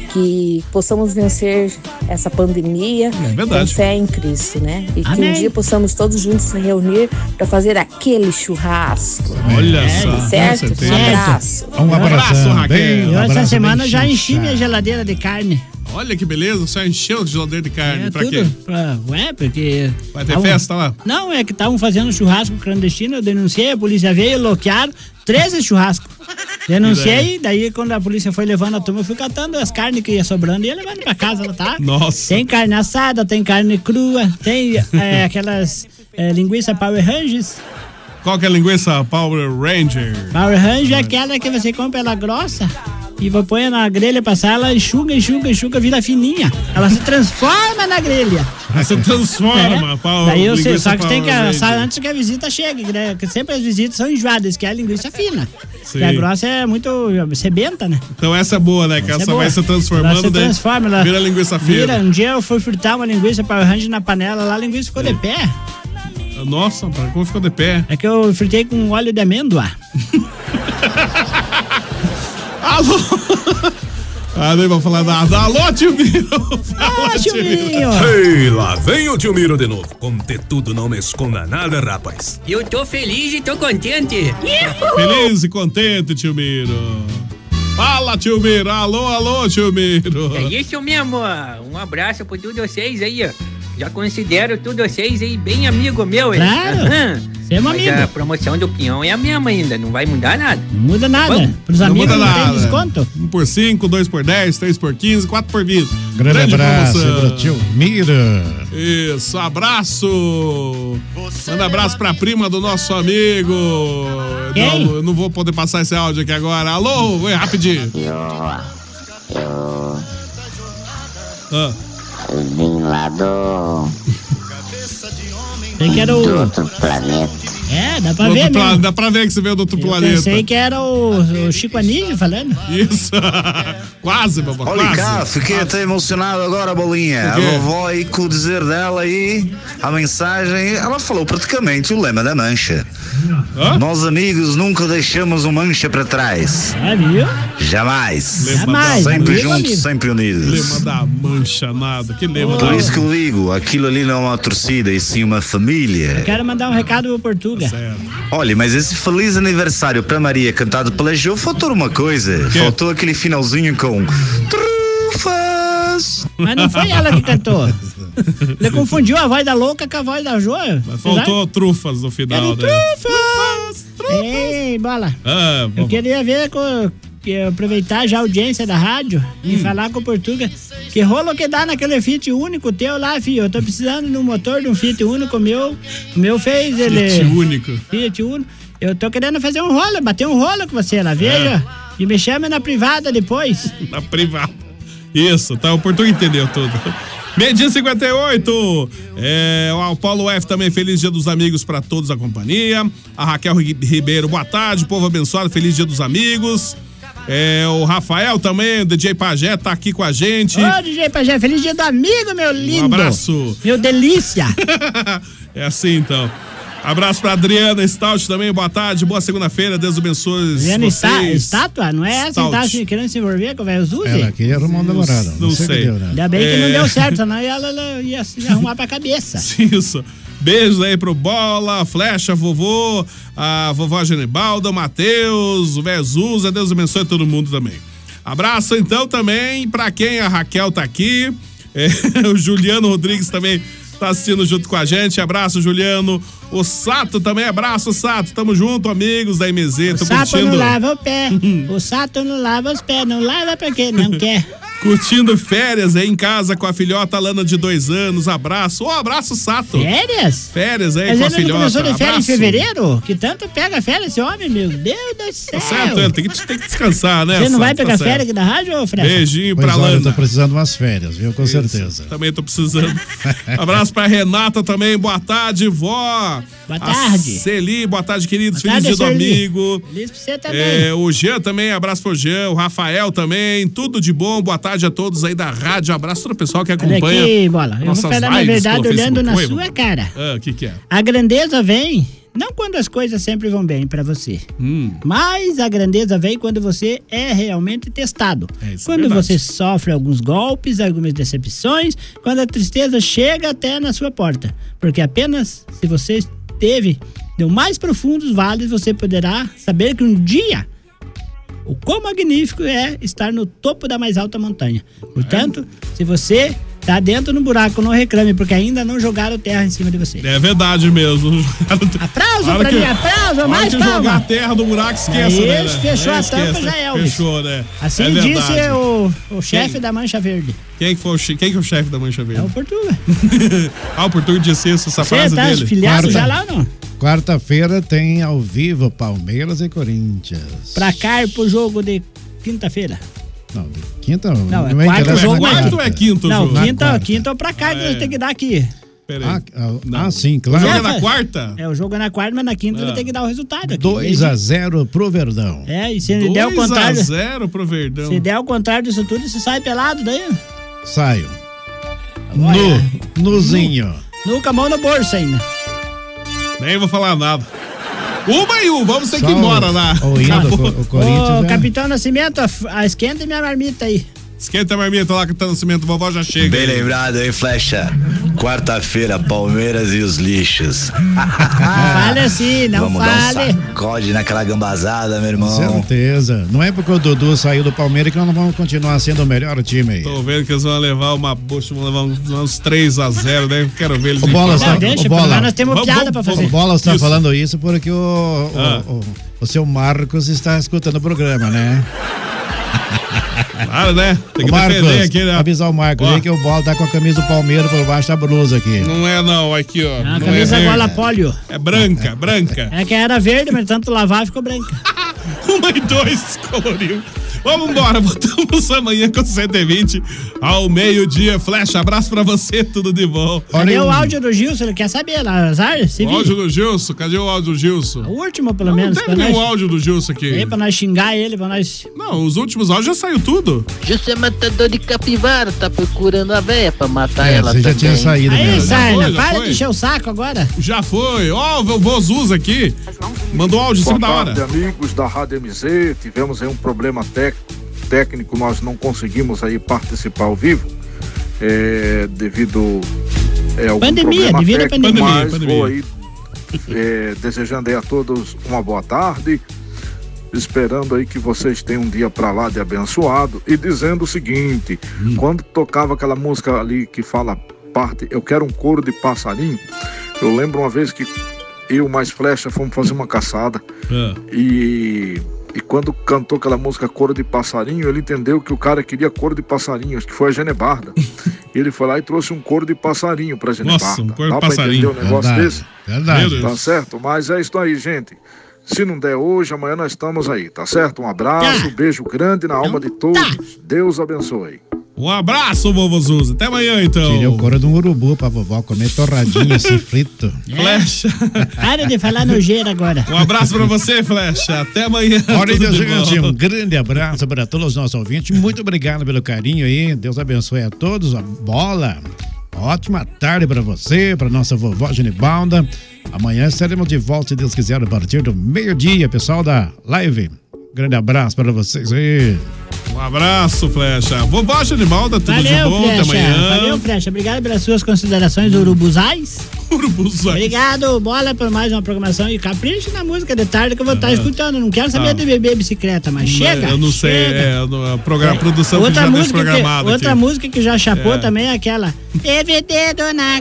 que possamos vencer essa pandemia é verdade. com fé em Cristo, né? E Amém. que um dia possamos todos juntos se reunir para fazer aquele churrasco. Olha é, só. Certo? Um abraço. Um abraço, Raquel. Eu Um essa abraço semana bem já enchi chinchado. minha geladeira de carne. Olha que beleza, só encheu de geladeira de carne. É pra tudo quê? pra- Ué, porque... Vai ter tavam- festa lá? Não, é que estavam fazendo churrasco clandestino, eu denunciei, a polícia veio, bloquearam treze churrascos. Denunciei, daí quando a polícia foi levando a turma, eu fui catando as carnes que ia sobrando e ia levando pra casa, tá? Nossa. Tem carne assada, tem carne crua, tem é, aquelas é, linguiça Power Rangers. Qual que é a linguiça Power Ranger? Power Ranger é aquela que você compra ela grossa e vai pôr na grelha, passar, ela enxuga, enxuga, enxuga, vira fininha. Ela se transforma na grelha. Ela se transforma, É. Power Daí eu sei, linguiça só que tem que Power assar Ranger. antes que a visita chegue, né? Porque sempre as visitas são enjoadas, que é a linguiça fina. Sim. E a grossa é muito sebenta, né? Então essa é boa, né? Que Essa ela é só boa. vai se transformando, Ela se daí transforma, ela vira linguiça Vira, fina. um dia eu fui fritar uma linguiça Power Ranger na panela lá, a linguiça ficou de pé. Nossa, como ficou de pé? É que eu fritei com óleo de amêndoa. Alô? Ah, nem vou falar nada. Alô, tio Miro! Ah, tio Mirinho! Ei, lá vem o tio Miro de novo. Como ter tudo não me esconda nada, rapaz. Eu tô feliz e tô contente. Feliz e contente, tio Miro. Fala, tio Miro. Alô, alô, tio Miro. É isso mesmo. Um abraço por todos vocês aí, ó. Já considero todos vocês aí bem amigo meu. hein? Claro. Aham. Você é meu Mas amigo. a promoção do Pinhão é a mesma ainda, não vai mudar nada. Não muda nada. Vamos. Pros Não amigos muda não nada. tem desconto. Um por cinco, dois por dez, três por quinze, quatro por vinte. Grande abraço pro tio Mira. Isso, abraço. Manda abraço pra prima do nosso amigo. Quem? Não, eu não vou poder passar esse áudio aqui agora. Alô, vai rapidinho. Eu, eu Ah. vim lá do, Pensei que era o... do outro planeta. É, dá pra Do ver outro pla- mesmo. Dá pra ver que você veio do outro Eu planeta. pensei que era o, o Chico Anísio falando. Isso. Quase, babá, Olha quase. cá, fiquei até emocionado agora, Bolinha. O quê? A vovó aí com o dizer dela aí, a mensagem, ela falou praticamente o lema da mancha. Hã? Nós amigos nunca deixamos um mancha pra trás. É, viu? Jamais. Jamais. Sempre Amigo, juntos, amigo. sempre unidos. Lema da mancha nada. Que lema Por da isso que eu digo, aquilo ali não é uma torcida, e sim uma família. Quero mandar um recado pro Portuga. Olha, mas esse feliz aniversário para Maria cantado pela Jo faltou uma coisa. Faltou aquele finalzinho com trufas. Mas não foi ela que cantou. Ele confundiu a voz da louca com a voz da Jo. Mas faltou trufas no final, né? Trufas! Ei, bola. Ah, Eu queria ver com, que aproveitar já a audiência da rádio e falar com o Portuga. Que rolo que dá naquele Fiat único teu lá, filho. Eu tô precisando de um motor de um Fiat único meu. O meu fez ele. Fiat único. Fiat único. Eu tô querendo fazer um rolo, bater um rolo com você lá, veja. É. E me chama na privada depois. Na privada. Isso, tá, o Portuga entendeu tudo. Meio-dia cinquenta e oito. É, o Paulo F também, feliz dia dos amigos pra todos a companhia. A Raquel Ribeiro, boa tarde, povo abençoado, feliz dia dos amigos. É, o Rafael também, o D J Pajé, tá aqui com a gente. Ô, D J Pajé, feliz dia do amigo, meu lindo. Um abraço. Meu delícia. É assim, então. Abraço pra Adriana Stout também, boa tarde, boa segunda-feira, Deus abençoe Adriana está, vocês. estátua? Não é essa que Stout. tá se- querendo se envolver com o velho Zuzi? Ela queria arrumar um namorado. Não Não sei o que sei. deu, né? Ainda bem que É. não deu certo, senão ela, ela ia se arrumar pra cabeça. Isso. Beijos aí pro Bola, Flecha, vovô, a vovó Genibalda, o Matheus, o Vezusa, Deus abençoe todo mundo também. Abraço então também pra quem a Raquel tá aqui, é, o Juliano Rodrigues também tá assistindo junto com a gente, abraço Juliano, o Sato também, abraço Sato, tamo junto amigos da M Z, O tô sapo curtindo. não lava o pé, o sato não lava os pés, não lava porque não quer. Curtindo férias aí em casa com a filhota Lana de dois anos. Abraço. Ô, abraço, Sato. Férias? Férias aí Mas com a ele não filhota. começou de férias em Abraço. fevereiro? Que tanto pega férias esse homem, meu Deus do céu. Tá certo, ele tem que, tem que descansar, né? Você não vai Sato? pegar Tá certo. férias aqui da rádio, ô Fred? Beijinho Pois pra olha, eu Lana. tô precisando de umas férias, viu? Com certeza. Também tô precisando. Abraço pra Renata também. Boa tarde, vó. Boa tarde. A Celi, boa tarde, queridos. Boa Feliz tarde, dia do Celi. amigo. Feliz pra você também. É, o Jean também, abraço pro Jean. O Rafael também. Tudo de bom. Boa tarde a todos aí da rádio. Abraço todo o pessoal que Olha acompanha. aqui, bola. Eu vou nossas falar na lives verdade pelo olhando Facebook. na Oi, sua vó. cara. Ah, o que que é? A grandeza vem não quando as coisas sempre vão bem pra você, Hum. mas a grandeza vem quando você é realmente testado. É, isso é quando verdade. você sofre alguns golpes, algumas decepções, quando a tristeza chega até na sua porta. Porque apenas se você esteve no mais profundos vales, você poderá saber que um dia o quão magnífico é estar no topo da mais alta montanha. Portanto, se você tá dentro no buraco, não reclame, porque ainda não jogaram terra em cima de você. É verdade mesmo. Aplauso Hora pra que- mim, aplauso, hora mais que jogar a palma. terra do buraco, esqueça, É né? isso, fechou É, a tampa, esqueça. já é, Elvis. Fechou, né? Assim É disse verdade. o, o chefe Quem? da Mancha Verde. Quem que foi o, che- quem que é o chefe da Mancha Verde? É o Portuga. ah, o Portuga disse isso, essa Você frase tá dele. filiado Quarta. já lá ou não? Quarta-feira tem ao vivo Palmeiras e Corinthians. Pra cá e pro jogo de quinta-feira. Não, de quinta Não, é me quarto interessa jogo, na é quarta. quarto ou é quinto Não, jogo? Na quinta, quarta. quinta ou pra cá que Ah, nós é. temos que dar aqui. Peraí. Ah, ah, Não. ah, sim, O claro. jogo é Já na fa- quarta? É, o jogo é na quarta, mas na quinta Ah. ele tem que dar o resultado aqui. dois a zero pro Verdão. É, e se ele der o dois a contrário, zero pro Verdão. se der o contrário disso tudo, você sai pelado daí. Saio. Olha. Nu, nuzinho. Nu com a mão no bolso ainda. Nem vou falar nada. Uma e um, vamos ter Só que ir embora lá. O, o hino do Acabou. Co- o Corinthians. Ô, é- Capitão Nascimento, a, a esquenta minha marmita aí. Esquenta a marmita lá que tá no cimento, vovó já chega. Bem lembrado, hein, Flecha? Quarta-feira, Palmeiras e os lixos. Não fale assim, não Vamos fale. dar um sacode naquela gambazada, meu Com irmão. certeza. Não é porque o Dudu saiu do Palmeiras que nós não vamos continuar sendo o melhor time aí. Tô vendo que eles vão levar uma bucha, vão levar uns, uns três a zero, né? Quero ver eles O Bola em está- Não, campo. deixa, o pelo Bola. menos nós temos Vamos, piada vamos, pra O fazer. Bola está Isso. falando isso porque o, o, Ah. o, o seu Marcos está escutando o programa, né? Claro, né? Tem O que Marcos, defender aqui, né? avisar o Marcos Ó. aí que o Bola tá com a camisa do Palmeiras por baixo da blusa aqui. Não é não, aqui ó. A não camisa é gola verde. pólio. É branca, branca. É que era verde, mas tanto lavar ficou branca. Uma e dois, coloriu. Vamos embora, voltamos amanhã com cento e vinte ao meio-dia. Flecha, abraço pra você, tudo de bom. Cadê o áudio do Gilson? Ele quer saber, Lazar? O áudio do Gilson, cadê o áudio do Gilson? O último, pelo não, menos. Não tem nenhum nós... áudio do Gilson aqui. Aí, pra nós xingar ele, pra nós... Não, os últimos áudios já saiu tudo. Gilson é matador de capivara, tá procurando a véia pra matar É, ela você já também. tinha saído Aí, mesmo. Sarna, foi, já para foi. de encher o saco agora. Já foi. Ó, oh, o Vozus aqui. Mandou áudio em cima da Boa hora. tarde, amigos da Rádio M Z. Tivemos aí um problema tec- técnico, nós não conseguimos aí participar ao vivo, é, devido é, algum Pandemia, problema devido à técnico, pandemia. mas Pandemia. vou aí é, desejando aí a todos uma boa tarde, esperando aí que vocês tenham um dia pra lá de abençoado e dizendo o seguinte, Hum. quando tocava aquela música ali que fala parte, eu quero um coro de passarinho, eu lembro uma vez que eu mais Flecha fomos fazer uma caçada Ah. e, e quando cantou aquela música Coro de Passarinho, ele entendeu que o cara queria coro de passarinho, acho que foi a Genebarda. E ele foi lá e trouxe um coro de passarinho pra Genebarda. Nossa, um coro de Dá pra passarinho. entender um negócio Verdade, desse? verdade. Tá certo? Mas é isso aí, gente. Se não der hoje, amanhã nós estamos aí, tá certo? Um abraço, um beijo grande na alma de todos. Deus abençoe. Um abraço, vovô Zuza. Até amanhã, então. Tirei o couro de um urubu pra vovó comer torradinho assim, frito. Flecha. Para de falar nojeira agora. Um abraço pra você, Flecha. Até amanhã. Olha, tudo Deus de gigante, bom. um grande abraço para todos os nossos ouvintes. Muito obrigado pelo carinho aí. Deus abençoe a todos. A bola. Ótima tarde para você, para nossa vovó Genibalda. Amanhã estaremos de volta, se Deus quiser, a partir do meio-dia, pessoal da live. Grande abraço para vocês aí. Um abraço, Flecha. Vovó Genibalda, tudo Valeu, de bom. Até Flecha. amanhã. Valeu, Flecha. Obrigado pelas suas considerações urubuzais. Urubuzais. Obrigado, Bola, por mais uma programação. E capricho na música de tarde que eu vou estar Ah. escutando. Não quero saber Ah. de beber bicicleta, mas chega. Eu não sei, chega. é, no- a, progra- a produção que Outra já música, deixa que, programada outra aqui. música que já chapou É. também é aquela Teve dedo na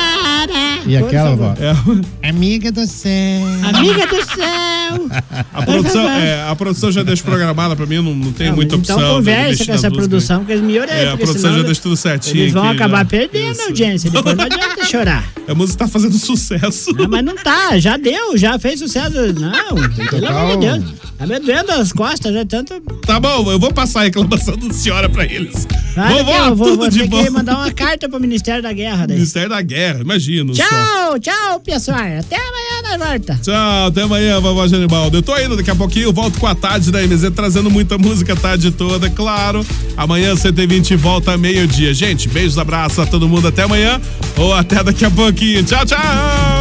cara. E aquela, vó? É. Amiga do céu. Amiga do céu. A produção, é, a produção já deixa programada pra mim, não, não tem Não, muita então opção. né, de conversa mexer com nas essa músicas. produção, que eles me orei. É, a porque produção senão já deixa tudo certinho. Eles vão aqui, acabar já. perdendo Isso. a audiência. Depois não adianta chorar. A música tá fazendo sucesso. Não, mas não tá, já deu, já fez sucesso. Não, pelo amor de Deus. Tá me doendo as costas, já tanto. Tá bom, eu vou passar a reclamação da senhora pra eles. Olha Vovó, aqui, ó, vou, tudo vou de ter bom. que mandar uma carta pro Ministério da Guerra daí. Ministério da Guerra, imagino. só. Tchau, tchau, pessoal. Até amanhã na volta. Tchau, até amanhã, vovó Genibaldo. Eu tô indo, daqui a pouquinho eu volto com a tarde da M Z, trazendo muita música a tarde toda, claro. Amanhã, cento e vinte, volta meio-dia. Gente, beijos, abraços a todo mundo, até amanhã ou até daqui a pouquinho. Tchau, tchau!